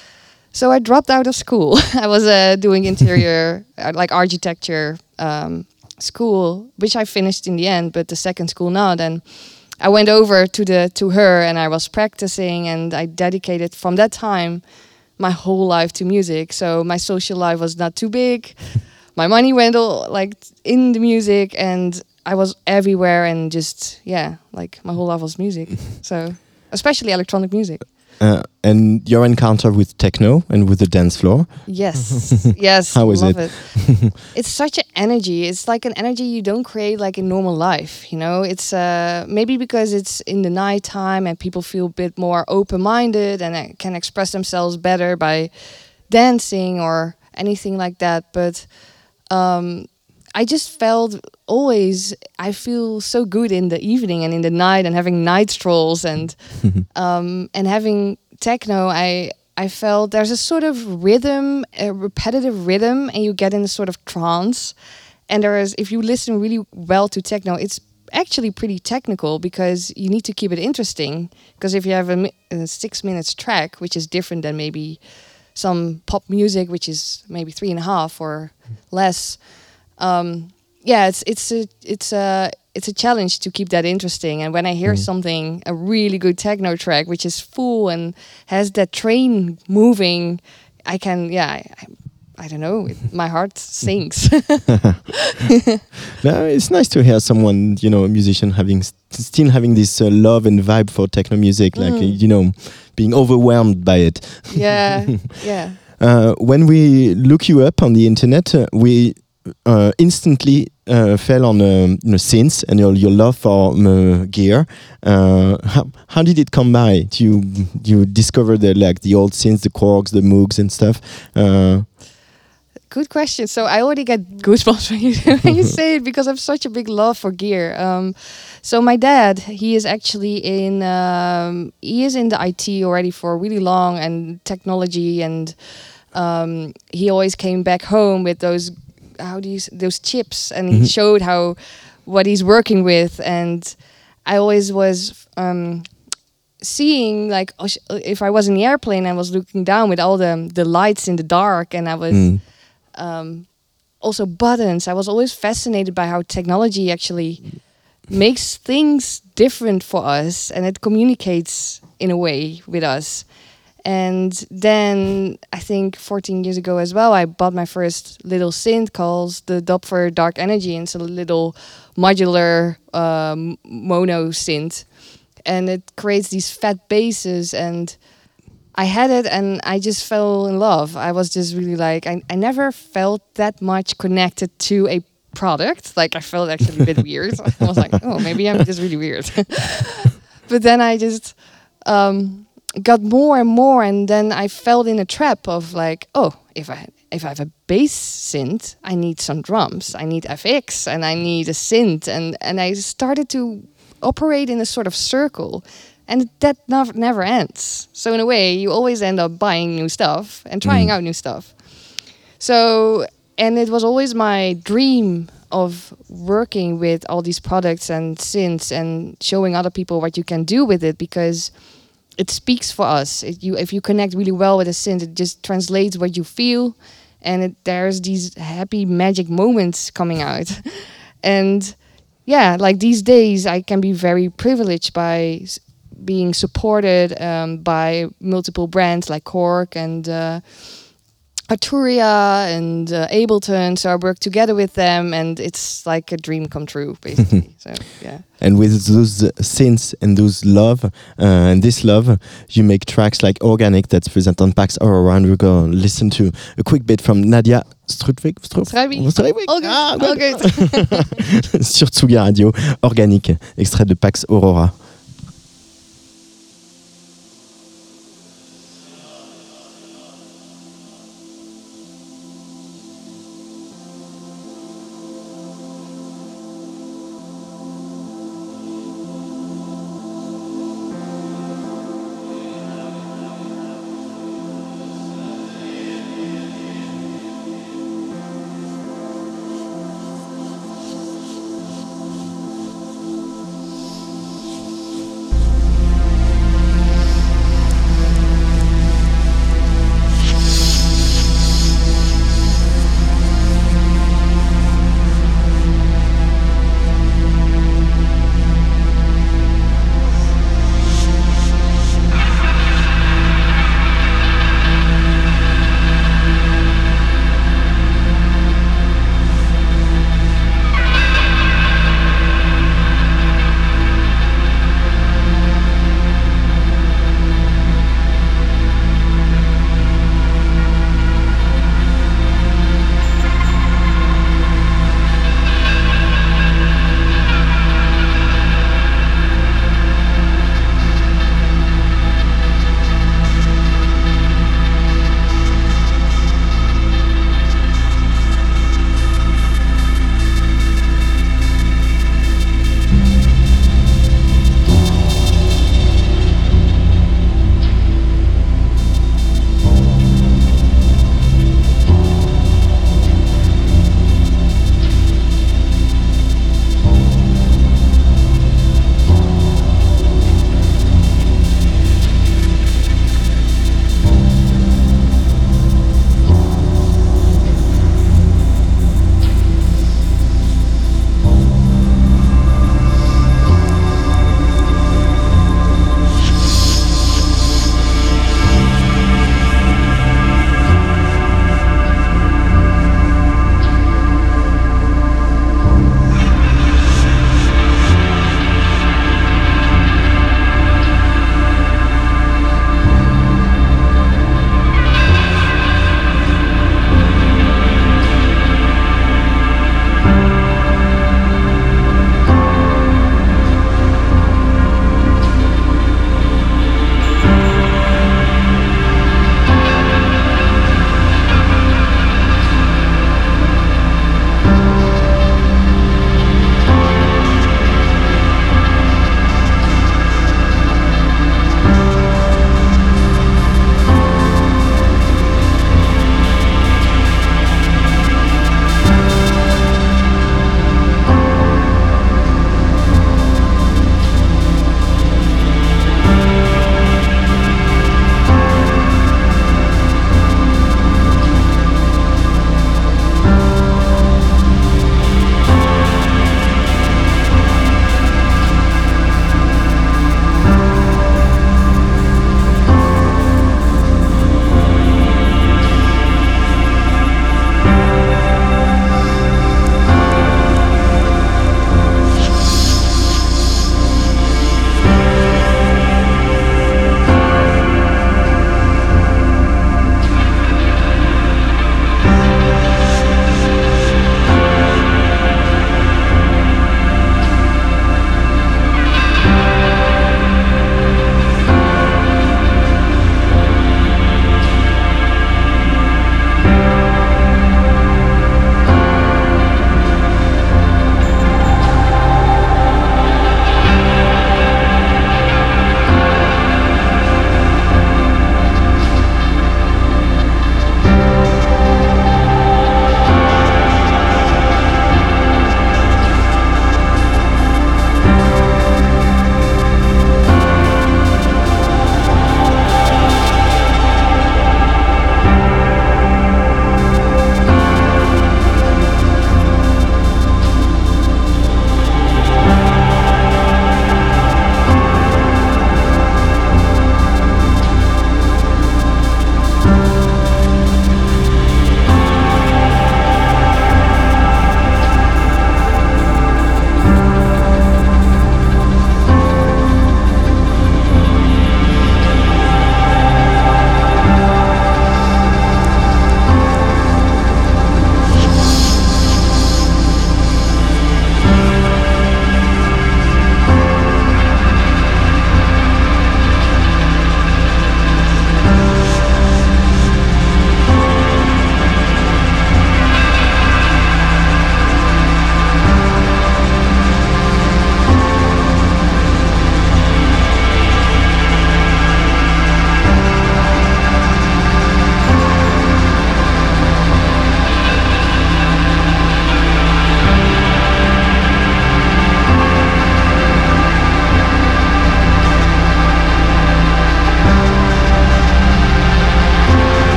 S5: so I dropped out of school. I was uh, doing interior, uh, like architecture um, school, which I finished in the end, but the second school now. Then I went over to the to her, and I was practicing, and I dedicated from that time my whole life to music. So my social life was not too big. My money went all like in the music, and I was everywhere, and just yeah, like my whole life was music. So especially electronic music.
S2: Uh, and your encounter with techno and with the dance floor?
S5: Yes, yes.
S2: How is
S5: love
S2: it?
S5: it. It's such an energy. It's like an energy you don't create like in normal life. You know, it's uh, maybe because it's in the nighttime and people feel a bit more open-minded and uh, can express themselves better by dancing or anything like that. But um, I just felt always I feel so good in the evening and in the night, and having night strolls and um, and having techno. I I felt there's a sort of rhythm, a repetitive rhythm, and you get in a sort of trance. And there is, if you listen really well to techno, it's actually pretty technical because you need to keep it interesting. Because if you have a, mi- a six minutes track, which is different than maybe some pop music, which is maybe three and a half or less. Um, yeah, it's it's a it's a it's a challenge to keep that interesting. And when I hear
S2: Mm.
S5: something, a really good techno track, which is full and has that train moving, I can yeah, I, I, I don't know, it, my heart sings.
S2: No, it's nice to hear someone, you know, a musician having still having this uh, love and vibe for techno music, like
S5: Mm.
S2: uh, you know, being overwhelmed by it.
S5: yeah, yeah.
S2: Uh, when we look you up on the internet, uh, we uh, instantly uh, fell on um, you know, synths and your, your love for um, gear. Uh, how, how did it come by? Do you you discover the like the old synths, the Korgs, the Moogs and stuff? Uh,
S5: Good question. So I already get goosebumps when you when you say it, because I have such a big love for gear. Um, so my dad, he is actually in um, he is in the I T already for really long, and technology, and um, he always came back home with those how do you s- those chips, and he
S2: Mhm.
S5: showed how what he's working with, and I always was. Um, seeing like oh, sh- if I was in the airplane, I was looking down with all the the lights in the dark, and I was
S2: mm,
S5: um, also buttons. I was always fascinated by how technology actually makes things different for us, and it communicates in a way with us. And then I think fourteen years ago as well, I bought my first little synth called the Doppler Dark Energy, and it's a little modular um, mono synth, and it creates these fat basses. And I had it, and I just fell in love. I was just really like, I, I never felt that much connected to a product. Like I felt actually a bit weird. I was like, oh, maybe I'm just really weird. But then I just um, got more and more, and then I fell in a trap of like, oh, if I if I have a bass synth, I need some drums, I need F X, and I need a synth, and and I started to operate in a sort of circle. And that nev- never ends. So in a way, you always end up buying new stuff and trying
S2: Mm.
S5: out new stuff. So, and it was always my dream of working with all these products and synths and showing other people what you can do with it, because it speaks for us. It, you, if you connect really well with a synth, it just translates what you feel, and it, there's these happy magic moments coming out. And yeah, like these days, I can be very privileged by s- being supported um, by multiple brands like Korg and uh, Arturia and uh, Ableton. So I work together with them, and it's like a dream come true, basically. So yeah.
S2: And with those uh, synths and those love uh, and this love, you make tracks like Organic that's present on Pax Aurora. And we're going to listen to a quick bit from Nadia Strudwick.
S5: Strudwick.
S2: Strudwick.
S5: All good.
S2: Ah,
S5: All good.
S2: sur Tsugi Radio, Organic, extrait de Pax Aurora.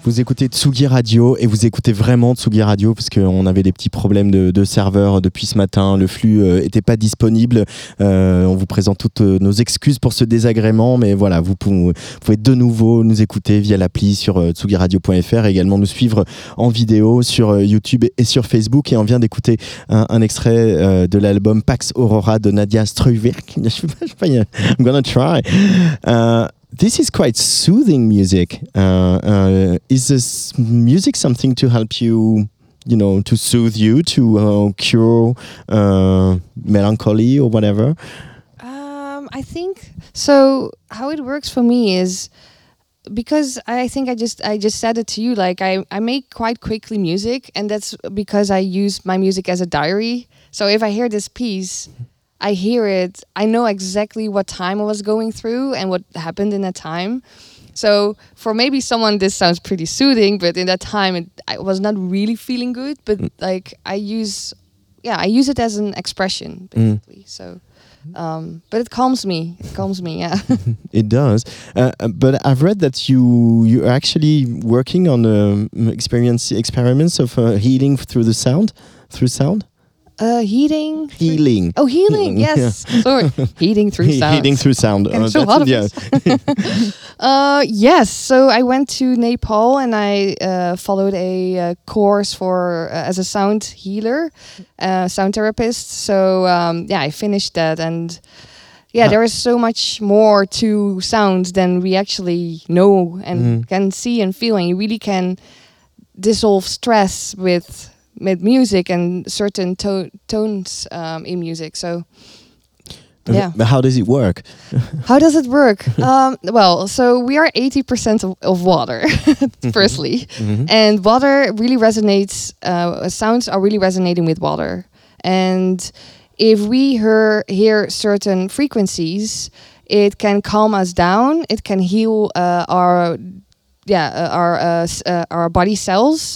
S2: Vous écoutez Tsugi Radio et vous écoutez vraiment Tsugi Radio parce qu'on avait des petits problèmes de, de serveur depuis ce matin. Le flux n'était euh, pas disponible. Euh, on vous présente toutes euh, nos excuses pour ce désagrément. Mais voilà, vous pouvez, vous pouvez de nouveau nous écouter via l'appli sur euh, tsugi radio point f r et également nous suivre en vidéo sur euh, YouTube et sur Facebook. Et on vient d'écouter un, un extrait euh, de l'album Pax Aurora de Nadia Struwwijk. I'm gonna try. Uh, This is quite soothing music. Uh, uh, is this music something to help you, you know, to soothe you, to uh, cure uh, melancholy or whatever?
S5: Um, I think so. How it works for me is because I think I just I just said it to you. Like I I make quite quickly music, and that's because I use my music as a diary. So if I hear this piece, I hear it, I know exactly what time I was going through and what happened in that time. So for maybe someone this sounds pretty soothing, but in that time it, I was not really feeling good. But mm. like I use, yeah, I use it as an expression basically. Mm. So, um, but it calms me. It calms me. Yeah.
S2: It does. Uh, but I've read that you you're actually working on um, experience experiments of uh, healing through the sound, through sound.
S5: Uh, heating.
S2: Healing.
S5: Oh, healing. Yes. Yeah. Sorry. Heating through sound.
S2: Heating through sound.
S5: Uh, so hot yeah. uh, yes. So I went to Nepal and I uh, followed a uh, course for uh, as a sound healer, uh, sound therapist. So um, yeah, I finished that, and yeah, there is so much more to sound than we actually know and mm. can see and feel, and you really can dissolve stress with. with music and certain to- tones um, in music. So, yeah.
S2: But how does it work?
S5: How does it work? um, well, so we are eighty percent of, of water, firstly. Mm-hmm. And water really resonates, uh, sounds are really resonating with water. And if we hear, hear certain frequencies, it can calm us down. It can heal uh, our, yeah, uh, our, uh, uh, our body cells.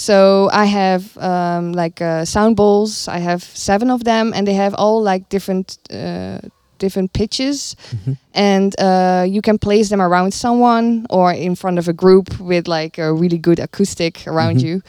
S5: So I have um, like uh, sound bowls. I have seven of them, and they have all like different uh, different pitches, mm-hmm. and uh, you can place them around someone or in front of a group with like a really good acoustic around mm-hmm. you.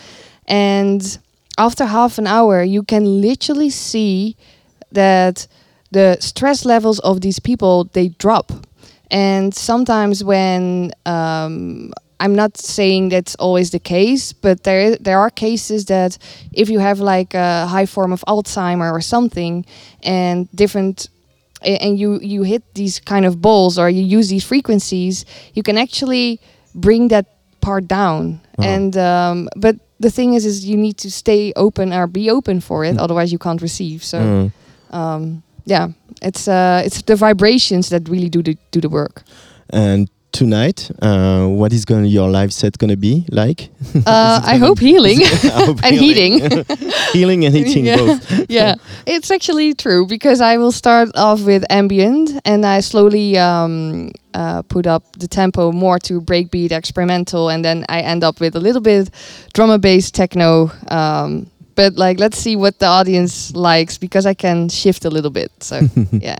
S5: And after half an hour, you can literally see that the stress levels of these people, they drop. And sometimes when um, I'm not saying that's always the case, but there there are cases that if you have like a high form of Alzheimer or something, and different, and you you hit these kind of bowls or you use these frequencies, you can actually bring that part down. Oh. And um, but the thing is, is you need to stay open or be open for it, mm. otherwise you can't receive. So, mm. um, yeah, it's uh, it's the vibrations that really do the do the work.
S2: And tonight, uh, what is going your live set going to be like?
S5: Uh, I hope healing
S2: I hope
S5: and
S2: healing.
S5: heating.
S2: Healing and heating
S5: yeah.
S2: both.
S5: Yeah, it's actually true because I will start off with ambient and I slowly um, uh, put up the tempo more to breakbeat, experimental, and then I end up with a little bit drum and bass techno. Um, but like, let's see what the audience likes because I can shift a little bit. So yeah.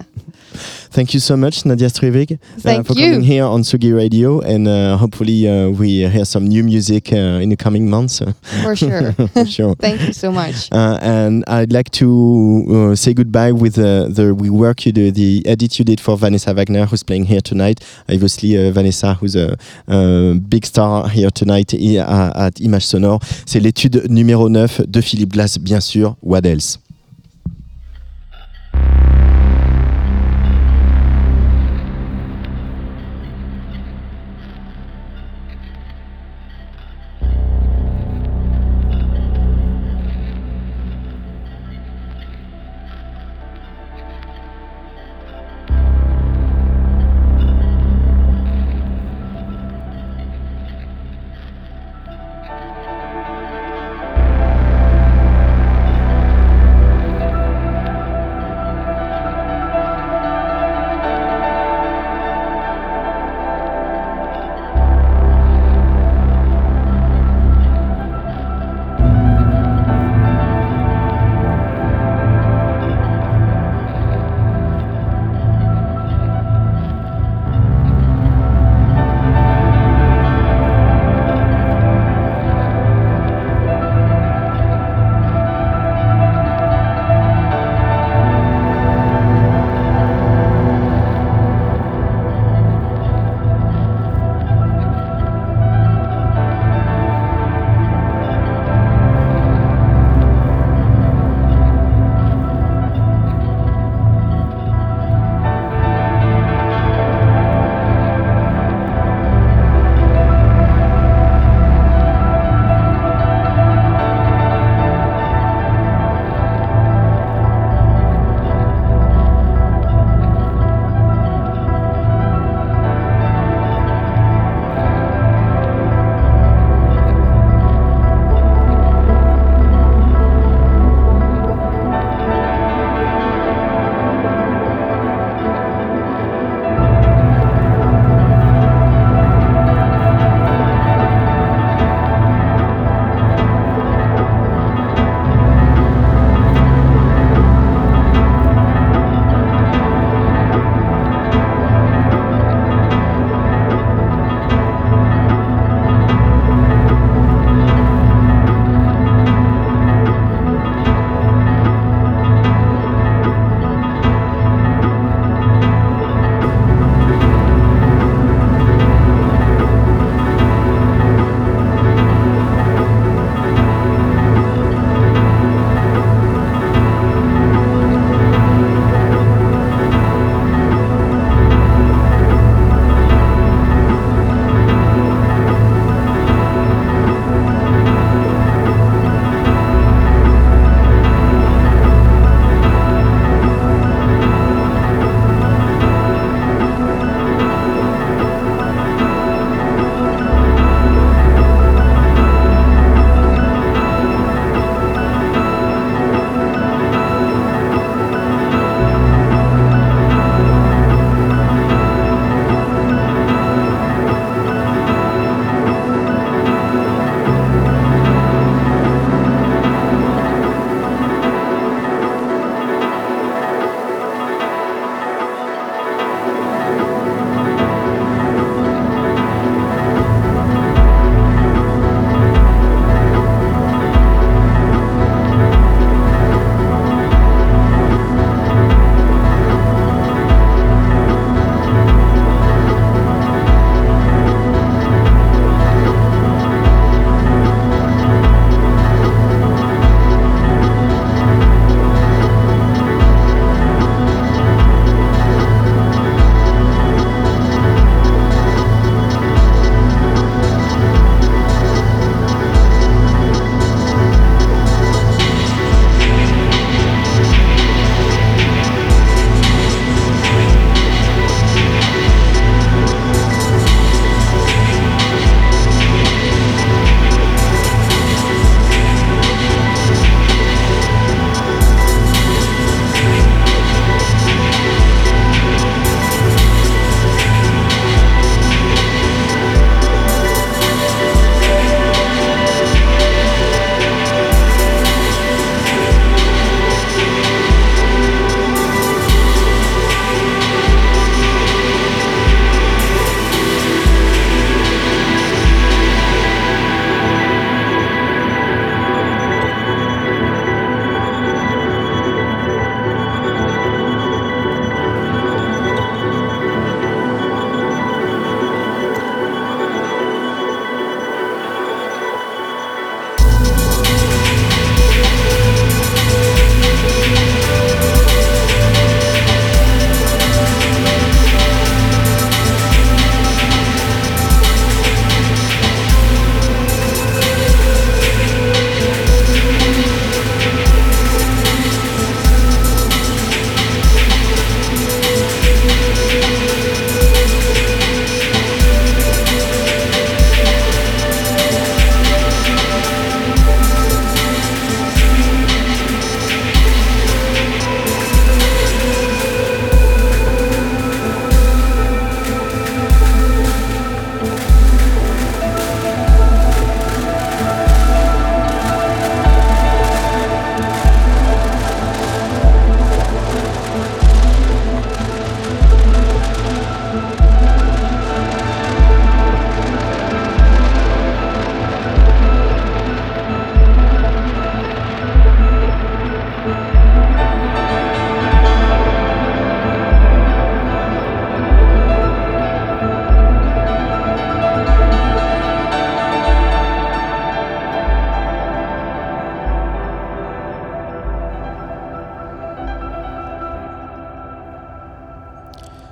S2: Thank you so much, Nadia Struwwijk,
S5: uh,
S2: for
S5: you.
S2: coming here on Tsugi Radio, and uh, hopefully uh, we hear some new music uh, in the coming months.
S5: For sure.
S2: For sure.
S5: Thank you so much.
S2: Uh, and I'd like to uh, say goodbye with uh, the rework you did, the edit you did for Vanessa Wagner, who's playing here tonight. Obviously, uh, Vanessa, who's a, a big star here tonight at Image Sonore. C'est l'étude numéro neuf de Philippe Glass, bien sûr. What else?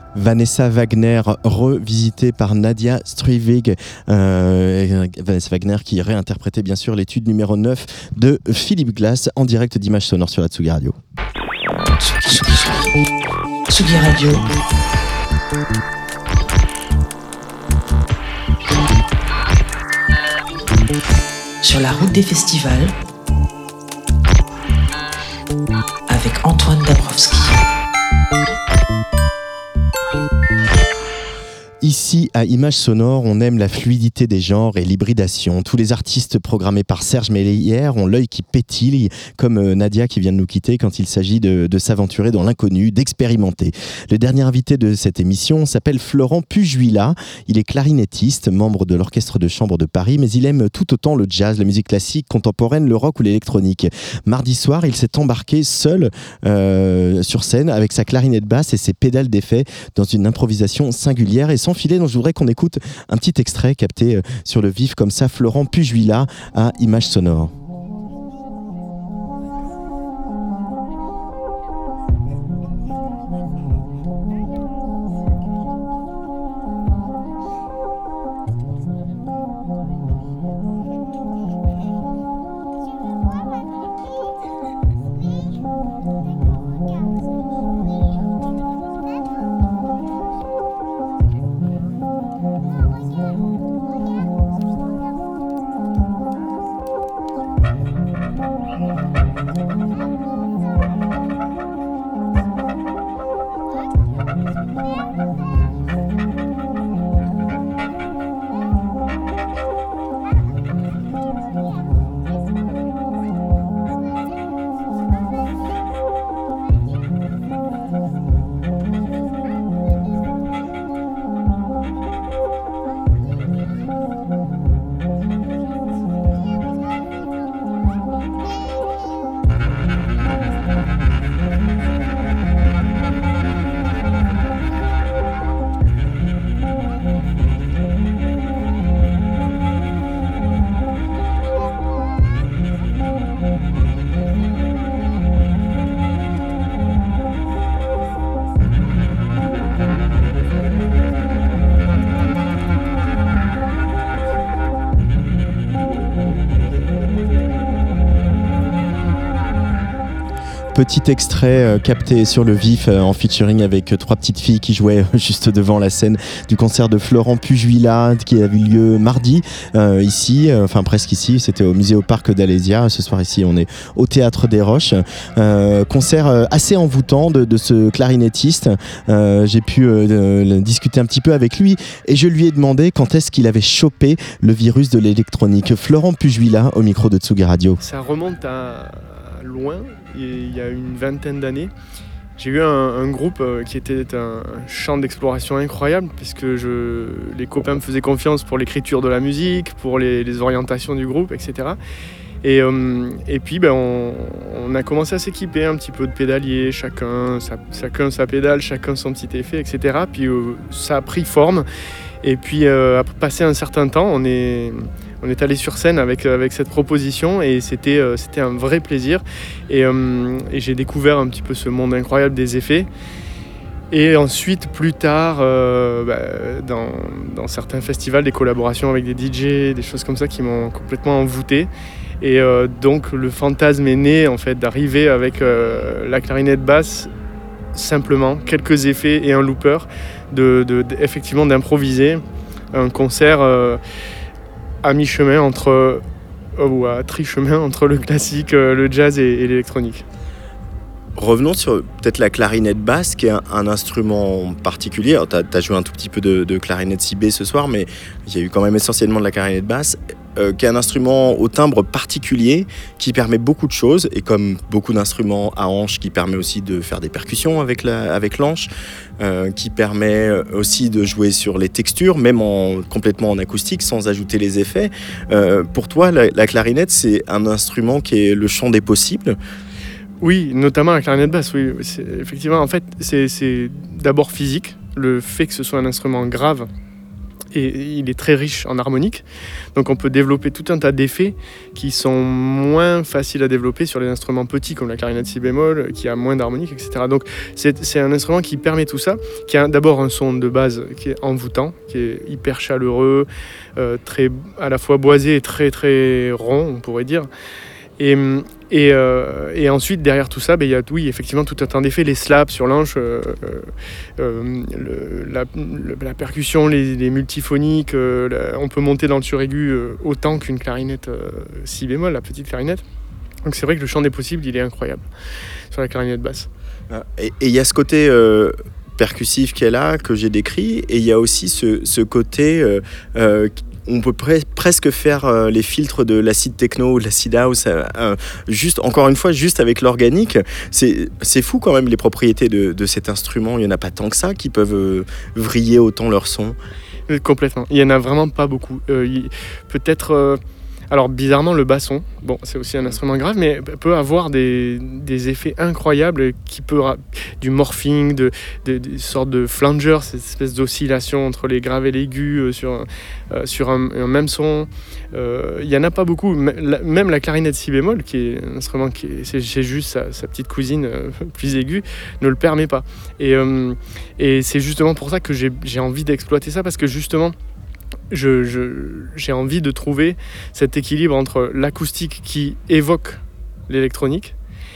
S2: Vanessa Wagner, revisitée par Nadia Struyvig. Euh, Vanessa Wagner qui réinterprétait bien sûr l'étude numéro neuf de Philippe Glass en direct d'Images Sonores sur la Tsugi Radio.
S1: Tsugi Radio. Sur la route des festivals avec Antoine Dabrowski.
S2: Ici, à Images Sonores, on aime la fluidité des genres et l'hybridation. Tous les artistes programmés par Serge Mélière ont l'œil qui pétille, comme Nadia qui vient de nous quitter, quand il s'agit de, de s'aventurer dans l'inconnu, d'expérimenter. Le dernier invité de cette émission s'appelle Florent Pujuila. Il est clarinettiste, membre de l'Orchestre de Chambre de Paris, mais il aime tout autant le jazz, la musique classique, contemporaine, le rock ou l'électronique. Mardi soir, il s'est embarqué seul euh, sur scène avec sa clarinette basse et ses pédales d'effet dans une improvisation singulière et sans filet, donc je voudrais qu'on écoute un petit extrait capté sur le vif comme ça, Florent Pujuila à Images Sonores. Petit extrait euh, capté sur le vif euh, en featuring avec euh, trois petites filles qui jouaient euh, juste devant la scène du concert de Florent Pujuila qui a eu lieu mardi euh, ici, euh, enfin presque ici, c'était au musée au parc d'Alésia. Ce soir ici on est au Théâtre des Roches. Euh, concert euh, assez envoûtant de, de ce clarinettiste. Euh, j'ai pu euh, euh, discuter un petit peu avec lui et je lui ai demandé quand est-ce qu'il avait chopé le virus de l'électronique. Florent Pujuila au micro de Tsugi Radio.
S6: Ça remonte à loin, il y a une vingtaine d'années. J'ai eu un, un groupe qui était un champ d'exploration incroyable puisque je, les copains me faisaient confiance pour l'écriture de la musique, pour les, les orientations du groupe, et cetera. Et, euh, et puis ben, on, on a commencé à s'équiper un petit peu de pédaliers, chacun sa, chacun sa pédale, chacun son petit effet, et cetera. Puis euh, ça a pris forme. Et puis euh, après passer un certain temps, on est... On est allé sur scène avec, avec cette proposition et c'était, euh, c'était un vrai plaisir. Et, euh, et j'ai découvert un petit peu ce monde incroyable des effets. Et ensuite, plus tard, euh, bah, dans, dans certains festivals, des collaborations avec des D J, des choses comme ça qui m'ont complètement envoûté. Et euh, donc le fantasme est né en fait, d'arriver avec euh, la clarinette basse, simplement, quelques effets et un looper, de, de, de, effectivement d'improviser un concert euh, à mi-chemin entre, ou à tri-chemin entre le classique, le jazz et, et l'électronique.
S2: Revenons sur peut-être la clarinette basse, qui est un, un instrument particulier. Tu as joué un tout petit peu de, de clarinette six B ce soir, mais il y a eu quand même essentiellement de la clarinette basse, euh, qui est un instrument au timbre particulier, qui permet beaucoup de choses, et comme beaucoup d'instruments à hanche, qui permet aussi de faire des percussions avec, la, avec l'anche, euh, qui permet aussi de jouer sur les textures, même en, complètement en acoustique, sans ajouter les effets. Euh, pour toi, la, la clarinette, c'est un instrument qui est le champ des possibles.
S6: Oui, notamment la clarinette basse, oui. C'est, effectivement, en fait, c'est, c'est d'abord physique. Le fait que ce soit un instrument grave Et il est très riche en harmonique, donc on peut développer tout un tas d'effets qui sont moins faciles à développer sur les instruments petits comme la clarinette si bémol, qui a moins d'harmonique, et cetera. Donc c'est, c'est un instrument qui permet tout ça, qui a d'abord un son de base qui est envoûtant, qui est hyper chaleureux, euh, très, à la fois boisé et très très rond, on pourrait dire. Et, et, euh, et ensuite, derrière tout ça, ben, il y a oui, effectivement tout un tas d'effets, les slaps sur l'anche, euh, euh, le, la, le, la percussion, les, les multiphoniques, euh, la, on peut monter dans le suraigu euh, autant qu'une clarinette euh, si bémol, la petite clarinette. Donc c'est vrai que le champ des possibles, il est incroyable sur la clarinette basse.
S2: Et il y a ce côté euh, percussif qui est là, que j'ai décrit, et il y a aussi ce, ce côté... Euh, euh, on peut pre- presque faire euh, les filtres de l'acid techno ou de l'acid house, euh, euh, juste, encore une fois, juste avec l'organique. C'est, c'est fou quand même les propriétés de, de cet instrument. Il n'y en a pas tant que ça qui peuvent euh, vriller autant leur son.
S6: Euh, complètement. Il n'y en a vraiment pas beaucoup. Euh, il, peut-être... Euh, alors bizarrement, le basson, bon, c'est aussi un instrument grave, mais peut avoir des, des effets incroyables, qui peut du morphing, de, de, de sortes de flangers, cette espèce d'oscillation entre les graves et l'aigu euh, sur, euh, sur un, un même son. Euh, il n'y en a pas beaucoup. Même la clarinette si bémol, qui est un instrument qui est, c'est, c'est juste sa, sa petite cousine euh, plus aiguë, ne le permet pas. Et, euh, et c'est justement pour ça que j'ai, j'ai envie d'exploiter ça, parce que justement, Je, je, j'ai envie de trouver cet équilibre entre l'acoustique qui évoque l'électronique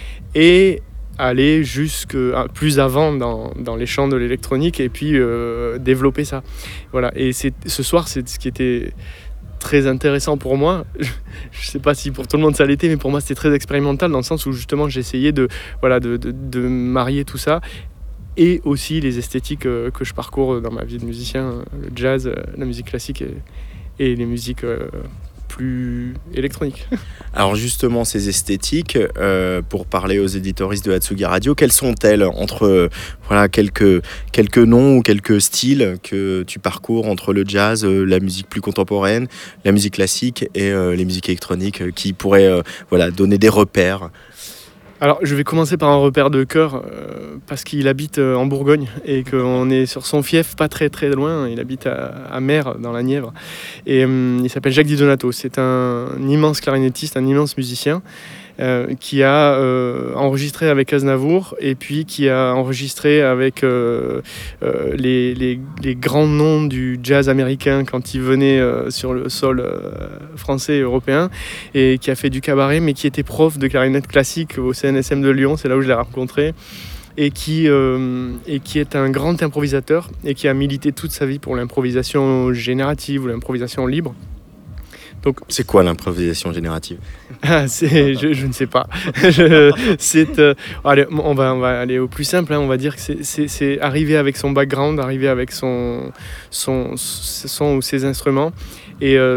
S6: et aller jusque plus avant dans, dans les champs de l'électronique et puis euh, développer ça. Voilà. Et c'est, ce soir, c'est ce qui était très intéressant pour moi. Je ne sais pas si pour tout le monde ça l'était, mais pour moi c'était très expérimental dans le sens où justement j'essayais de, voilà, de, de, de marier tout ça. Et aussi les esthétiques euh, que je parcours dans ma vie de musicien, euh, le jazz, euh, la musique classique et, et les musiques euh, plus électroniques.
S2: Alors justement, ces esthétiques, euh, pour parler aux éditoristes de Hatsugi Radio, quelles sont-elles entre euh, voilà, quelques, quelques noms ou quelques styles que tu parcours entre le jazz, euh, la musique plus contemporaine, la musique classique et euh, les musiques électroniques euh, qui pourraient euh, voilà, donner des repères?
S6: Alors, je vais commencer par un repère de cœur, euh, parce qu'il habite euh, en Bourgogne et qu'on est sur son fief, pas très très loin. Il habite à, à Mer, dans la Nièvre. Et euh, il s'appelle Jacques Di Donato. C'est un, un immense clarinettiste, un immense musicien, euh, qui a euh, enregistré avec Aznavour et puis qui a enregistré avec euh, euh, les, les, les grands noms du jazz américain quand il venait euh, sur le sol euh, français et européen, et qui a fait du cabaret, mais qui était prof de clarinette classique au C N S M de Lyon, c'est là où je l'ai rencontré, et qui, euh, et qui est un grand improvisateur et qui a milité toute sa vie pour l'improvisation générative ou l'improvisation libre. Donc,
S2: c'est quoi l'improvisation générative?
S6: Ah, c'est, je, je ne sais pas. je, c'est, euh, allez, on, va, on va aller au plus simple. Hein. On va dire que c'est, c'est, c'est arriver avec son background, arriver avec son, son, son ou ses instruments et euh,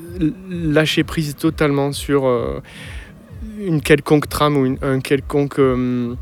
S6: lâcher prise totalement sur euh, une quelconque trame ou une, un quelconque euh,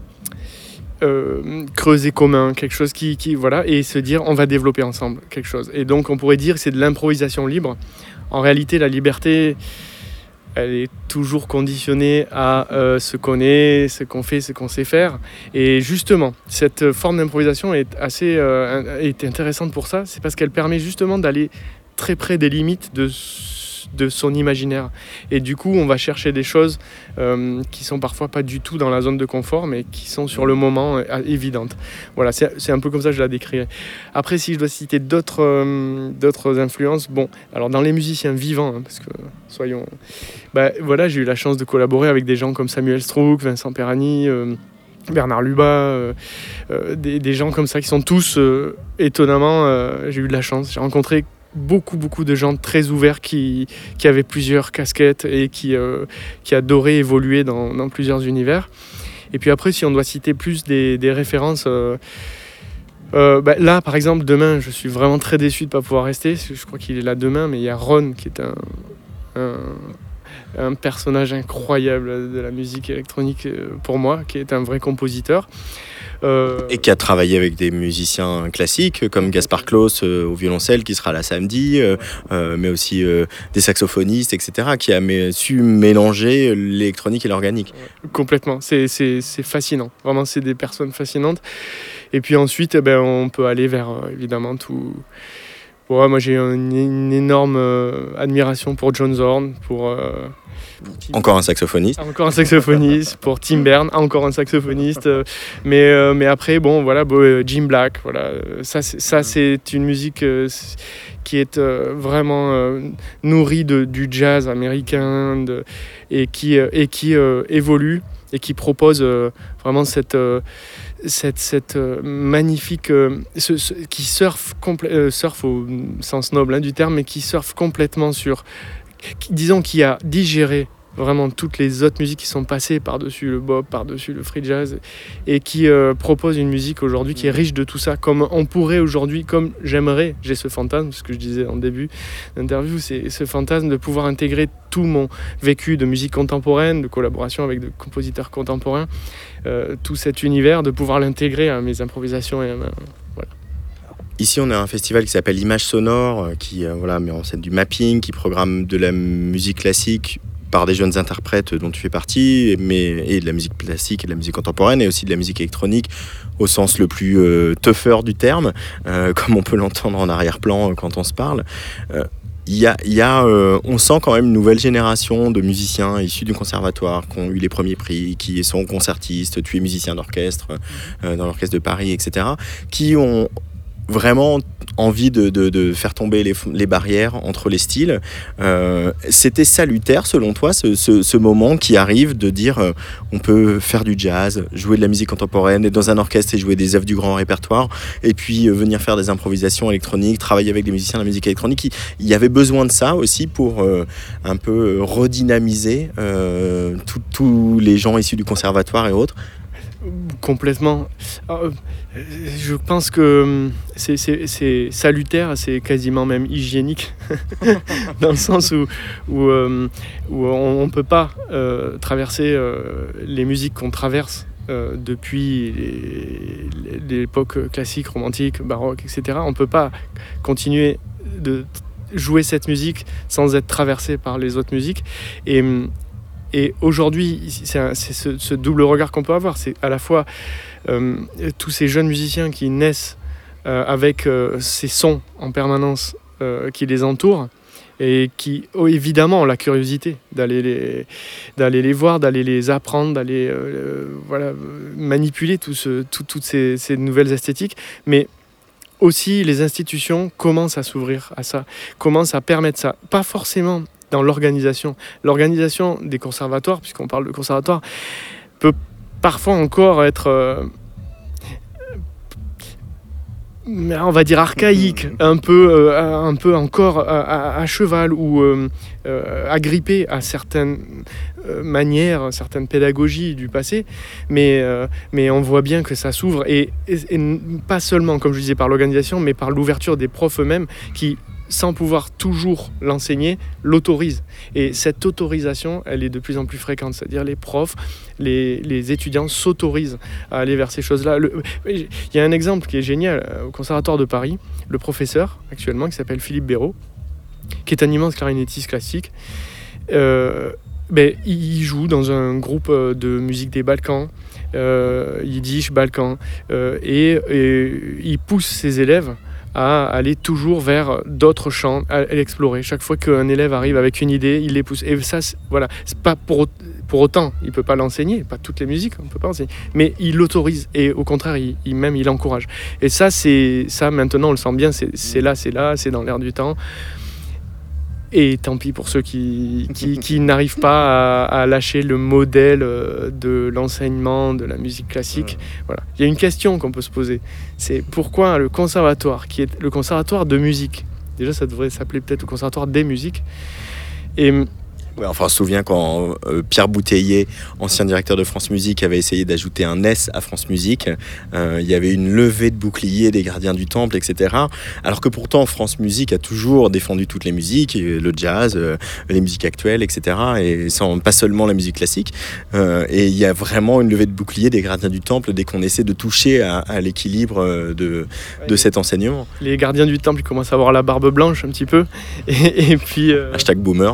S6: euh, creuset commun, quelque chose qui, qui, voilà, et se dire on va développer ensemble quelque chose. Et donc on pourrait dire que c'est de l'improvisation libre. En réalité, la liberté, elle est toujours conditionnée à euh, ce qu'on est, ce qu'on fait, ce qu'on sait faire. Et justement, cette forme d'improvisation est assez euh, est intéressante pour ça. C'est parce qu'elle permet justement d'aller très près des limites de, de son imaginaire. Et du coup, on va chercher des choses euh, qui sont parfois pas du tout dans la zone de confort, mais qui sont sur le moment euh, évidentes. Voilà, c'est, c'est un peu comme ça que je la décrirais. Après, si je dois citer d'autres, euh, d'autres influences, bon, alors dans les musiciens vivants, hein, parce que soyons... Bah, voilà, j'ai eu la chance de collaborer avec des gens comme Samuel Strouk, Vincent Perani, euh, Bernard Lubat, euh, euh, des, des gens comme ça qui sont tous euh, étonnamment, euh, j'ai eu de la chance. J'ai rencontré beaucoup beaucoup de gens très ouverts qui, qui avaient plusieurs casquettes et qui, euh, qui adoraient évoluer dans, dans plusieurs univers. Et puis après, si on doit citer plus des, des références, euh, euh, bah là par exemple demain, je suis vraiment très déçu de ne pas pouvoir rester, je crois qu'il est là demain, mais il y a Ron qui est un, un, un personnage incroyable de la musique électronique pour moi, qui est un vrai compositeur. Euh...
S2: Et qui a travaillé avec des musiciens classiques comme Gaspard Claus euh, au violoncelle qui sera là samedi, euh, euh, mais aussi euh, des saxophonistes, et cetera, qui a mé- su mélanger l'électronique et l'organique.
S6: Complètement, c'est, c'est, c'est fascinant. Vraiment, c'est des personnes fascinantes. Et puis ensuite, eh ben, on peut aller vers, évidemment, tout... Ouais, moi j'ai une, une énorme euh, admiration pour John Zorn, pour... Euh,
S2: Encore un saxophoniste.
S6: Encore un saxophoniste, pour Tim Berne, encore un saxophoniste. Euh, mais, euh, mais après, bon, voilà, bon, euh, Jim Black, voilà. Euh, ça, c'est, ça, c'est une musique euh, qui est euh, vraiment euh, nourrie de, du jazz américain de, et qui, euh, et qui euh, évolue et qui propose euh, vraiment cette... Euh, cette, cette euh, magnifique euh, ce, ce, qui surfe, complè- euh, surfe au sens noble hein, du terme, mais qui surfe complètement sur, qui, disons, qui a digéré vraiment toutes les autres musiques qui sont passées par-dessus le bop, par-dessus le free jazz, et qui euh, propose une musique aujourd'hui qui est riche de tout ça, comme on pourrait aujourd'hui, comme j'aimerais, j'ai ce fantasme, ce que je disais en début d'interview, c'est ce fantasme de pouvoir intégrer tout mon vécu de musique contemporaine, de collaboration avec des compositeurs contemporains, euh, tout cet univers, de pouvoir l'intégrer à mes improvisations et à ma... Voilà.
S2: Ici, on a un festival qui s'appelle Image Sonore, qui euh, voilà, met en scène du mapping, qui programme de la musique classique par des jeunes interprètes dont tu fais partie, mais, et de la musique classique et de la musique contemporaine, et aussi de la musique électronique au sens le plus euh, tougher du terme, euh, comme on peut l'entendre en arrière-plan euh, quand on se parle. Euh, y a, y a, euh, on sent quand même une nouvelle génération de musiciens issus du conservatoire qui ont eu les premiers prix, qui sont concertistes, tu es musicien d'orchestre euh, dans l'orchestre de Paris, et cetera, qui ont vraiment envie de, de, de faire tomber les, les barrières entre les styles. Euh, c'était salutaire selon toi ce, ce, ce moment qui arrive de dire euh, on peut faire du jazz, jouer de la musique contemporaine, être dans un orchestre et jouer des œuvres du grand répertoire, et puis euh, venir faire des improvisations électroniques, travailler avec des musiciens de la musique électronique. Il y avait besoin de ça aussi pour euh, un peu redynamiser euh, tous les gens issus du conservatoire et autres.
S6: Complètement. Alors, je pense que c'est, c'est, c'est salutaire, c'est quasiment même hygiénique, dans le sens où, où, euh, où on ne peut pas euh, traverser euh, les musiques qu'on traverse euh, depuis les, les, l'époque classique, romantique, baroque, et cetera. On ne peut pas continuer de jouer cette musique sans être traversé par les autres musiques. Et Et aujourd'hui, c'est, un, c'est ce, ce double regard qu'on peut avoir. C'est à la fois euh, tous ces jeunes musiciens qui naissent euh, avec euh, ces sons en permanence euh, qui les entourent et qui, oh, évidemment, ont la curiosité d'aller les, d'aller les voir, d'aller les apprendre, d'aller euh, voilà, manipuler tout ce, tout, toutes ces, ces nouvelles esthétiques. Mais aussi, les institutions commencent à s'ouvrir à ça, commencent à permettre ça. Pas forcément dans l'organisation. L'organisation des conservatoires, puisqu'on parle de conservatoire, peut parfois encore être, euh, on va dire, archaïque, un peu, euh, un peu encore à, à, à cheval ou euh, euh, agrippé à certaines euh, manières, certaines pédagogies du passé, mais, euh, mais on voit bien que ça s'ouvre, et, et, et pas seulement, comme je disais, par l'organisation, mais par l'ouverture des profs eux-mêmes qui, sans pouvoir toujours l'enseigner, l'autorise. Et cette autorisation, elle est de plus en plus fréquente. C'est-à-dire les profs, les, les étudiants s'autorisent à aller vers ces choses-là. Il y a un exemple qui est génial. Au Conservatoire de Paris, le professeur, actuellement, qui s'appelle Philippe Béraud, qui est un immense clarinettiste classique, euh, ben, il joue dans un groupe de musique des Balkans, euh, Yiddish, Balkans, euh, et, et il pousse ses élèves à aller toujours vers d'autres champs, à l'explorer. Chaque fois qu'un élève arrive avec une idée, il les pousse. Et ça, c'est, voilà, c'est pas pour, pour autant, il peut pas l'enseigner, pas toutes les musiques, on peut pas enseigner, mais il l'autorise, et au contraire, il, il même il encourage. Et ça, c'est ça maintenant, on le sent bien, c'est, c'est là, c'est là, c'est dans l'air du temps. Et tant pis pour ceux qui, qui, qui n'arrivent pas à, à lâcher le modèle de l'enseignement de la musique classique. Voilà. Il y a une question qu'on peut se poser, c'est pourquoi le conservatoire, qui est le conservatoire de musique, déjà ça devrait s'appeler peut-être le conservatoire des musiques, et
S2: Ouais, enfin, on se souvient quand euh, Pierre Bouteiller, ancien directeur de France Musique, avait essayé d'ajouter un S à France Musique. Euh, il y avait une levée de boucliers des gardiens du temple, et cetera. Alors que pourtant, France Musique a toujours défendu toutes les musiques, le jazz, euh, les musiques actuelles, et cetera. Et sans, pas seulement la musique classique. Euh, et il y a vraiment une levée de boucliers des gardiens du temple dès qu'on essaie de toucher à, à l'équilibre de, de cet enseignement.
S6: Les gardiens du temple, ils commencent à avoir la barbe blanche un petit peu. Et, et puis... Euh...
S2: Hashtag boomer.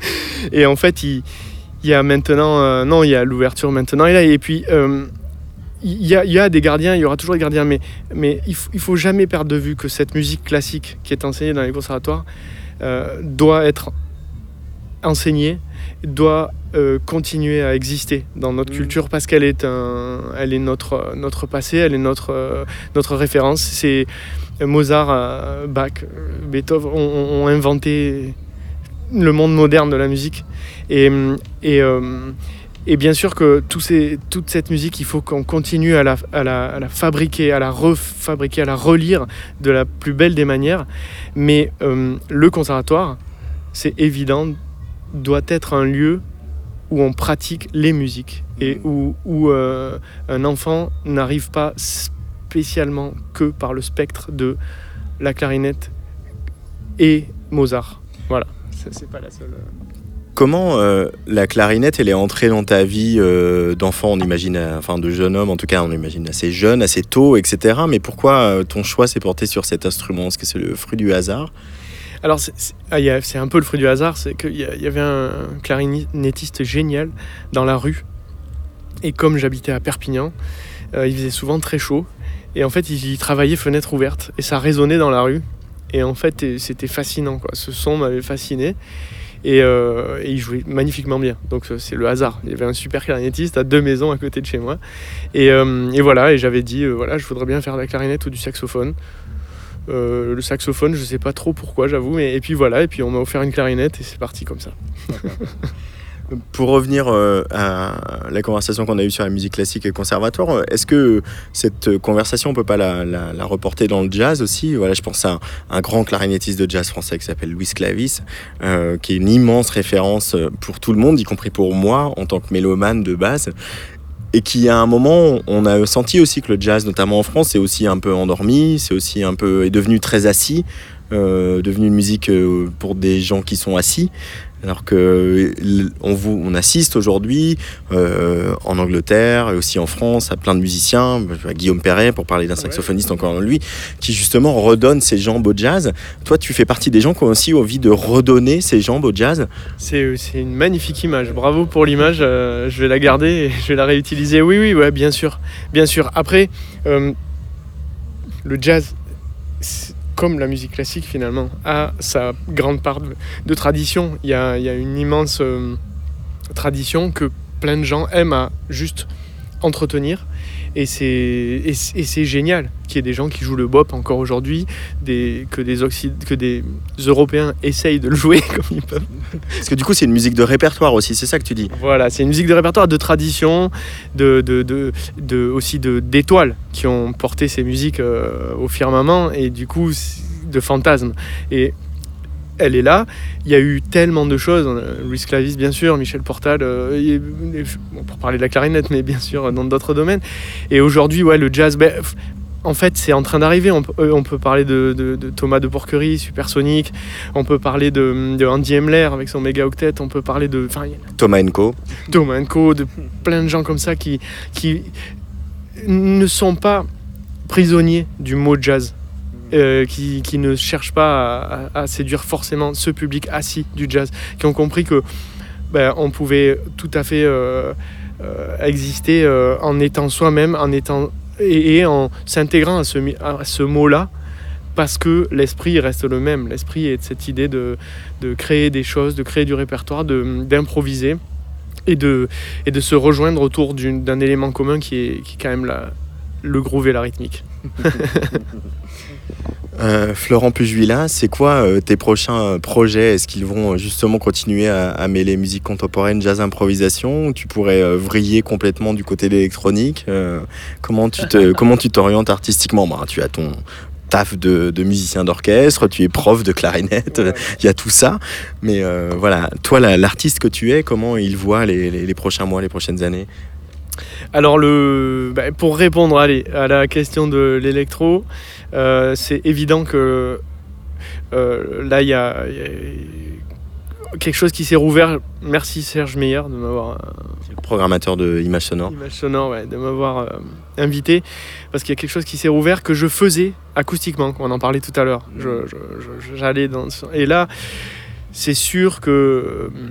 S6: Et en fait, il, il y a maintenant... Euh, non, il y a l'ouverture maintenant et là. Et puis, euh, il y, y a des gardiens, il y aura toujours des gardiens, mais, mais il ne faut jamais perdre de vue que cette musique classique qui est enseignée dans les conservatoires euh, doit être enseignée, doit euh, continuer à exister dans notre mmh. culture parce qu'elle est, un, elle est notre, notre passé, elle est notre, euh, notre référence. C'est Mozart, euh, Bach, Beethoven ont, ont inventé le monde moderne de la musique. Et, et, euh, et bien sûr que tous ces, toute cette musique, il faut qu'on continue à la, à, la, à la fabriquer, à la refabriquer, à la relire de la plus belle des manières. Mais euh, le conservatoire, c'est évident, doit être un lieu où on pratique les musiques et où, où euh, un enfant n'arrive pas spécialement que par le spectre de la clarinette et Mozart. Voilà, ça, c'est pas la seule...
S2: Comment euh, la clarinette elle est entrée dans ta vie euh, d'enfant, on imagine, euh, enfin de jeune homme en tout cas, on imagine assez jeune, assez tôt, et cetera. Mais pourquoi euh, ton choix s'est porté sur cet instrument? Est-ce que c'est le fruit du hasard?
S6: Alors c'est, c'est, ah, y a, c'est un peu le fruit du hasard, c'est qu'il y, y avait un clarinettiste génial dans la rue. Et comme j'habitais à Perpignan, euh, il faisait souvent très chaud. Et en fait, il, il travaillait fenêtre ouverte. Et ça résonnait dans la rue. Et en fait, et, c'était fascinant, quoi. Ce son m'avait fasciné. Et, euh, et il jouait magnifiquement bien. Donc c'est le hasard. Il y avait un super clarinettiste à deux maisons à côté de chez moi. Et, euh, et voilà, et j'avais dit, euh, voilà, je voudrais bien faire de la clarinette ou du saxophone. Euh, le saxophone, je sais pas trop pourquoi, j'avoue, mais et puis voilà, et puis on m'a offert une clarinette et c'est parti comme ça.
S2: Pour revenir euh, à la conversation qu'on a eue sur la musique classique et le conservatoire, est-ce que cette conversation on peut pas la, la, la reporter dans le jazz aussi? Voilà, je pense à un, un grand clarinettiste de jazz français qui s'appelle Louis Clavis, euh, qui est une immense référence pour tout le monde, y compris pour moi en tant que mélomane de base. Et qui, à un moment, on a senti aussi que le jazz, notamment en France, c'est aussi un peu endormi, c'est aussi un peu, est devenu très assis, euh, devenu une musique pour des gens qui sont assis. Alors que on, vous, on assiste aujourd'hui euh, en Angleterre et aussi en France à plein de musiciens, à Guillaume Perret pour parler d'un saxophoniste encore lui, qui justement redonne ses jambes au jazz. Toi, tu fais partie des gens qui ont aussi envie de redonner ses jambes au jazz.
S6: C'est, c'est une magnifique image. Bravo pour l'image. Euh, je vais la garder et je vais la réutiliser. Oui, oui, ouais, bien sûr, bien sûr. Après, euh, le jazz, comme la musique classique finalement, a sa grande part de, de tradition. Il y a, il y a une immense euh, tradition que plein de gens aiment à juste entretenir. Et c'est, et, et c'est génial qu'il y ait des gens qui jouent le bop encore aujourd'hui, des, que, des Occid- que des Européens essayent de le jouer comme ils peuvent.
S2: Parce que du coup, c'est une musique de répertoire aussi, c'est ça que tu dis?
S6: Voilà, c'est une musique de répertoire, de tradition, de, de, de, de, aussi de, d'étoiles qui ont porté ces musiques euh, au firmament et du coup de fantasmes. Et elle est là. Il y a eu tellement de choses. Louis Clavis, bien sûr, Michel Portal, euh, bon, pour parler de la clarinette, mais bien sûr dans d'autres domaines. Et aujourd'hui, ouais, le jazz, ben, en fait, c'est en train d'arriver. On, on peut parler de, de, de Thomas de Porquerie, Supersonic. On peut parler de, de Andy Emler avec son méga octet. On peut parler de
S2: Thomas and Co.
S6: Thomas and Co. De plein de gens comme ça qui, qui ne sont pas prisonniers du mot jazz. Euh, qui, qui ne cherchent pas à, à, à séduire forcément ce public assis du jazz, qui ont compris que ben, on pouvait tout à fait euh, euh, exister euh, en étant soi-même, en étant et, et en s'intégrant à ce, à ce mot-là, parce que l'esprit reste le même. L'esprit est de cette idée de, de créer des choses, de créer du répertoire, de, d'improviser et de, et de se rejoindre autour d'une, d'un élément commun qui est, qui est quand même la, le groove et la rythmique.
S2: Euh, Florent Pujuila, c'est quoi euh, tes prochains projets? Est-ce qu'ils vont justement continuer à, à mêler musique contemporaine, jazz, improvisation, ou tu pourrais euh, vriller complètement du côté de l'électronique? euh, comment, tu te, comment tu t'orientes artistiquement? Bah, tu as ton taf de, de musicien d'orchestre, tu es prof de clarinette, il ouais. y a tout ça. Mais euh, voilà, toi, la, l'artiste que tu es, comment il voit les, les, les prochains mois, les prochaines années?
S6: Alors, le, bah, pour répondre allez, à la question de l'électro, euh, c'est évident que euh, là, il y, y a quelque chose qui s'est rouvert. Merci Serge Meyer de m'avoir... Euh,
S2: le programmateur de Image Sonore.
S6: Image Sonore, ouais, de m'avoir euh, invité. Parce qu'il y a quelque chose qui s'est rouvert que je faisais acoustiquement, on en parlait tout à l'heure. Je, je, je, j'allais dans... Et là, c'est sûr que...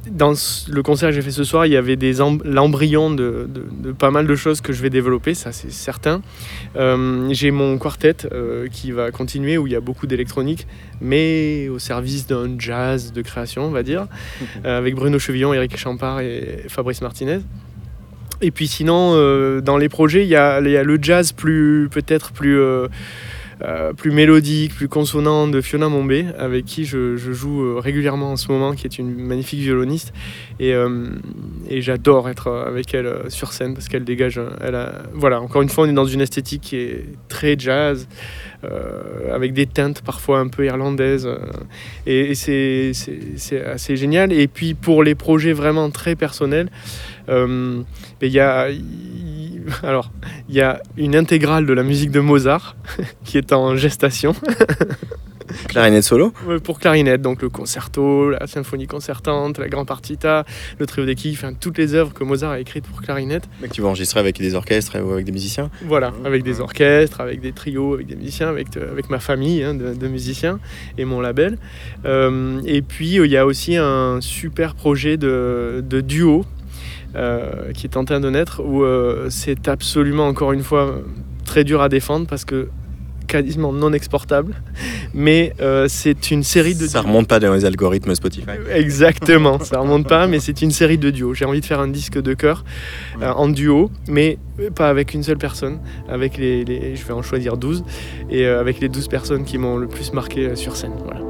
S6: dans le concert que j'ai fait ce soir, il y avait des amb- l'embryon de, de, de pas mal de choses que je vais développer, ça c'est certain. Euh, j'ai mon quartet euh, qui va continuer, où il y a beaucoup d'électronique, mais au service d'un jazz de création, on va dire, euh, avec Bruno Chevillon, Éric Champard et Fabrice Martinez. Et puis sinon, euh, dans les projets, il y a, il y a le jazz plus, peut-être plus... Euh, Euh, plus mélodique, plus consonant de Fiona Mombé, avec qui je, je joue régulièrement en ce moment, qui est une magnifique violoniste. Et, euh, et j'adore être avec elle sur scène parce qu'elle dégage. Elle a, voilà, encore une fois, on est dans une esthétique qui est très jazz, euh, avec des teintes parfois un peu irlandaises. Euh, et et c'est, c'est, c'est assez génial. Et puis pour les projets vraiment très personnels, euh, il y a. Y, alors, il y a une intégrale de la musique de Mozart qui est en gestation.
S2: Clarinette solo ?
S6: Pour clarinette, donc le concerto, la symphonie concertante, la grande partita, le trio des quilles, enfin toutes les œuvres que Mozart a écrites pour clarinette.
S2: Mais que tu vas enregistrer avec des orchestres ou avec des musiciens ?
S6: Voilà, avec des orchestres, avec des trios, avec des musiciens, avec, avec ma famille hein, de, de musiciens et mon label. Euh, et puis il y a aussi un super projet de, de duo euh, qui est en train de naître, où euh, c'est absolument, encore une fois, très dur à défendre parce que quasiment non exportable, mais euh, c'est une série de...
S2: Ça remonte pas dans les algorithmes Spotify.
S6: Exactement, ça remonte pas, mais c'est une série de duos. J'ai envie de faire un disque de chœur euh, en duo, mais pas avec une seule personne, avec les, les je vais en choisir douze, et euh, avec les douze personnes qui m'ont le plus marqué sur scène. Voilà.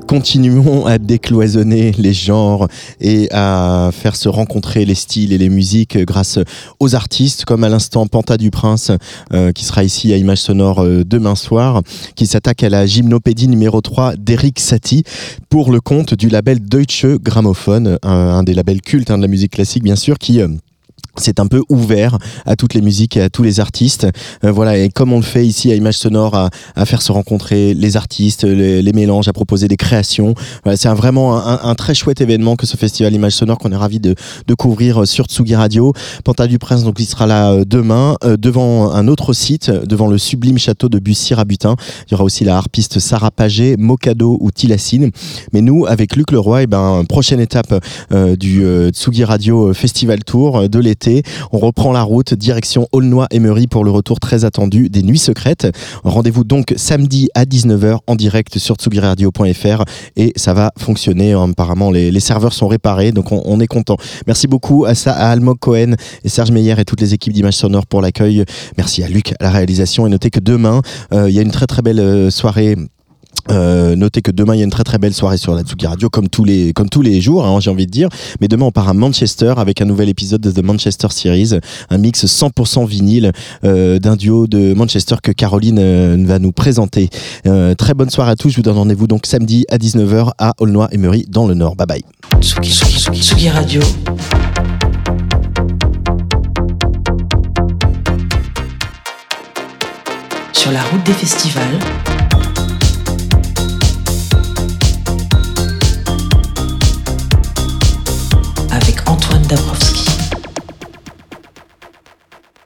S2: continuons à décloisonner les genres et à faire se rencontrer les styles et les musiques grâce aux artistes, comme à l'instant Panta du Prince, euh, qui sera ici à Image Sonore euh, demain soir, qui s'attaque à la gymnopédie numéro trois d'Eric Satie pour le compte du label Deutsche Grammophon, un, un des labels cultes hein, de la musique classique bien sûr, qui... Euh, c'est un peu ouvert à toutes les musiques et à tous les artistes. Euh, voilà, et comme on le fait ici à Image Sonore, à, à faire se rencontrer les artistes, les, les mélanges, à proposer des créations. Voilà, c'est un, vraiment un, un très chouette événement que ce festival Image Sonore qu'on est ravis de, de couvrir sur Tsugi Radio. Panta du Prince, donc il sera là demain, euh, devant un autre site, devant le sublime château de Bussy-Rabutin. Il y aura aussi la harpiste Sarah Paget, Mokado ou Tilassine. Mais nous, avec Luc Leroy, eh ben, prochaine étape euh, du euh, Tsugi Radio Festival Tour de l'été. On reprend la route, direction Aulnoy-Emery pour le retour très attendu des Nuits Secrètes. Rendez-vous donc samedi à dix-neuf heures en direct sur tsugi radio point f r et ça va fonctionner. Apparemment, les, les serveurs sont réparés, donc on, on est content. Merci beaucoup à, ça, à Almog Cohen et Serge Meyer et toutes les équipes d'Image Sonore pour l'accueil. Merci à Luc à la réalisation et notez que demain, euh, il y a une très très belle soirée. Euh, notez que demain il y a une très très belle soirée sur la Tsugi Radio comme tous les comme tous les jours hein, j'ai envie de dire, mais demain on part à Manchester avec un nouvel épisode de The Manchester Series, un mix cent pour cent vinyle euh, d'un duo de Manchester que Caroline euh, va nous présenter. Euh, très bonne soirée à tous, je vous donne rendez-vous donc samedi à dix-neuf heures à Aulnoy-Emery dans le Nord. Bye bye.
S1: Tsugi, Tsugi, Tsugi, Tsugi Radio. Sur la route des festivals. Avec Antoine Dabrowski.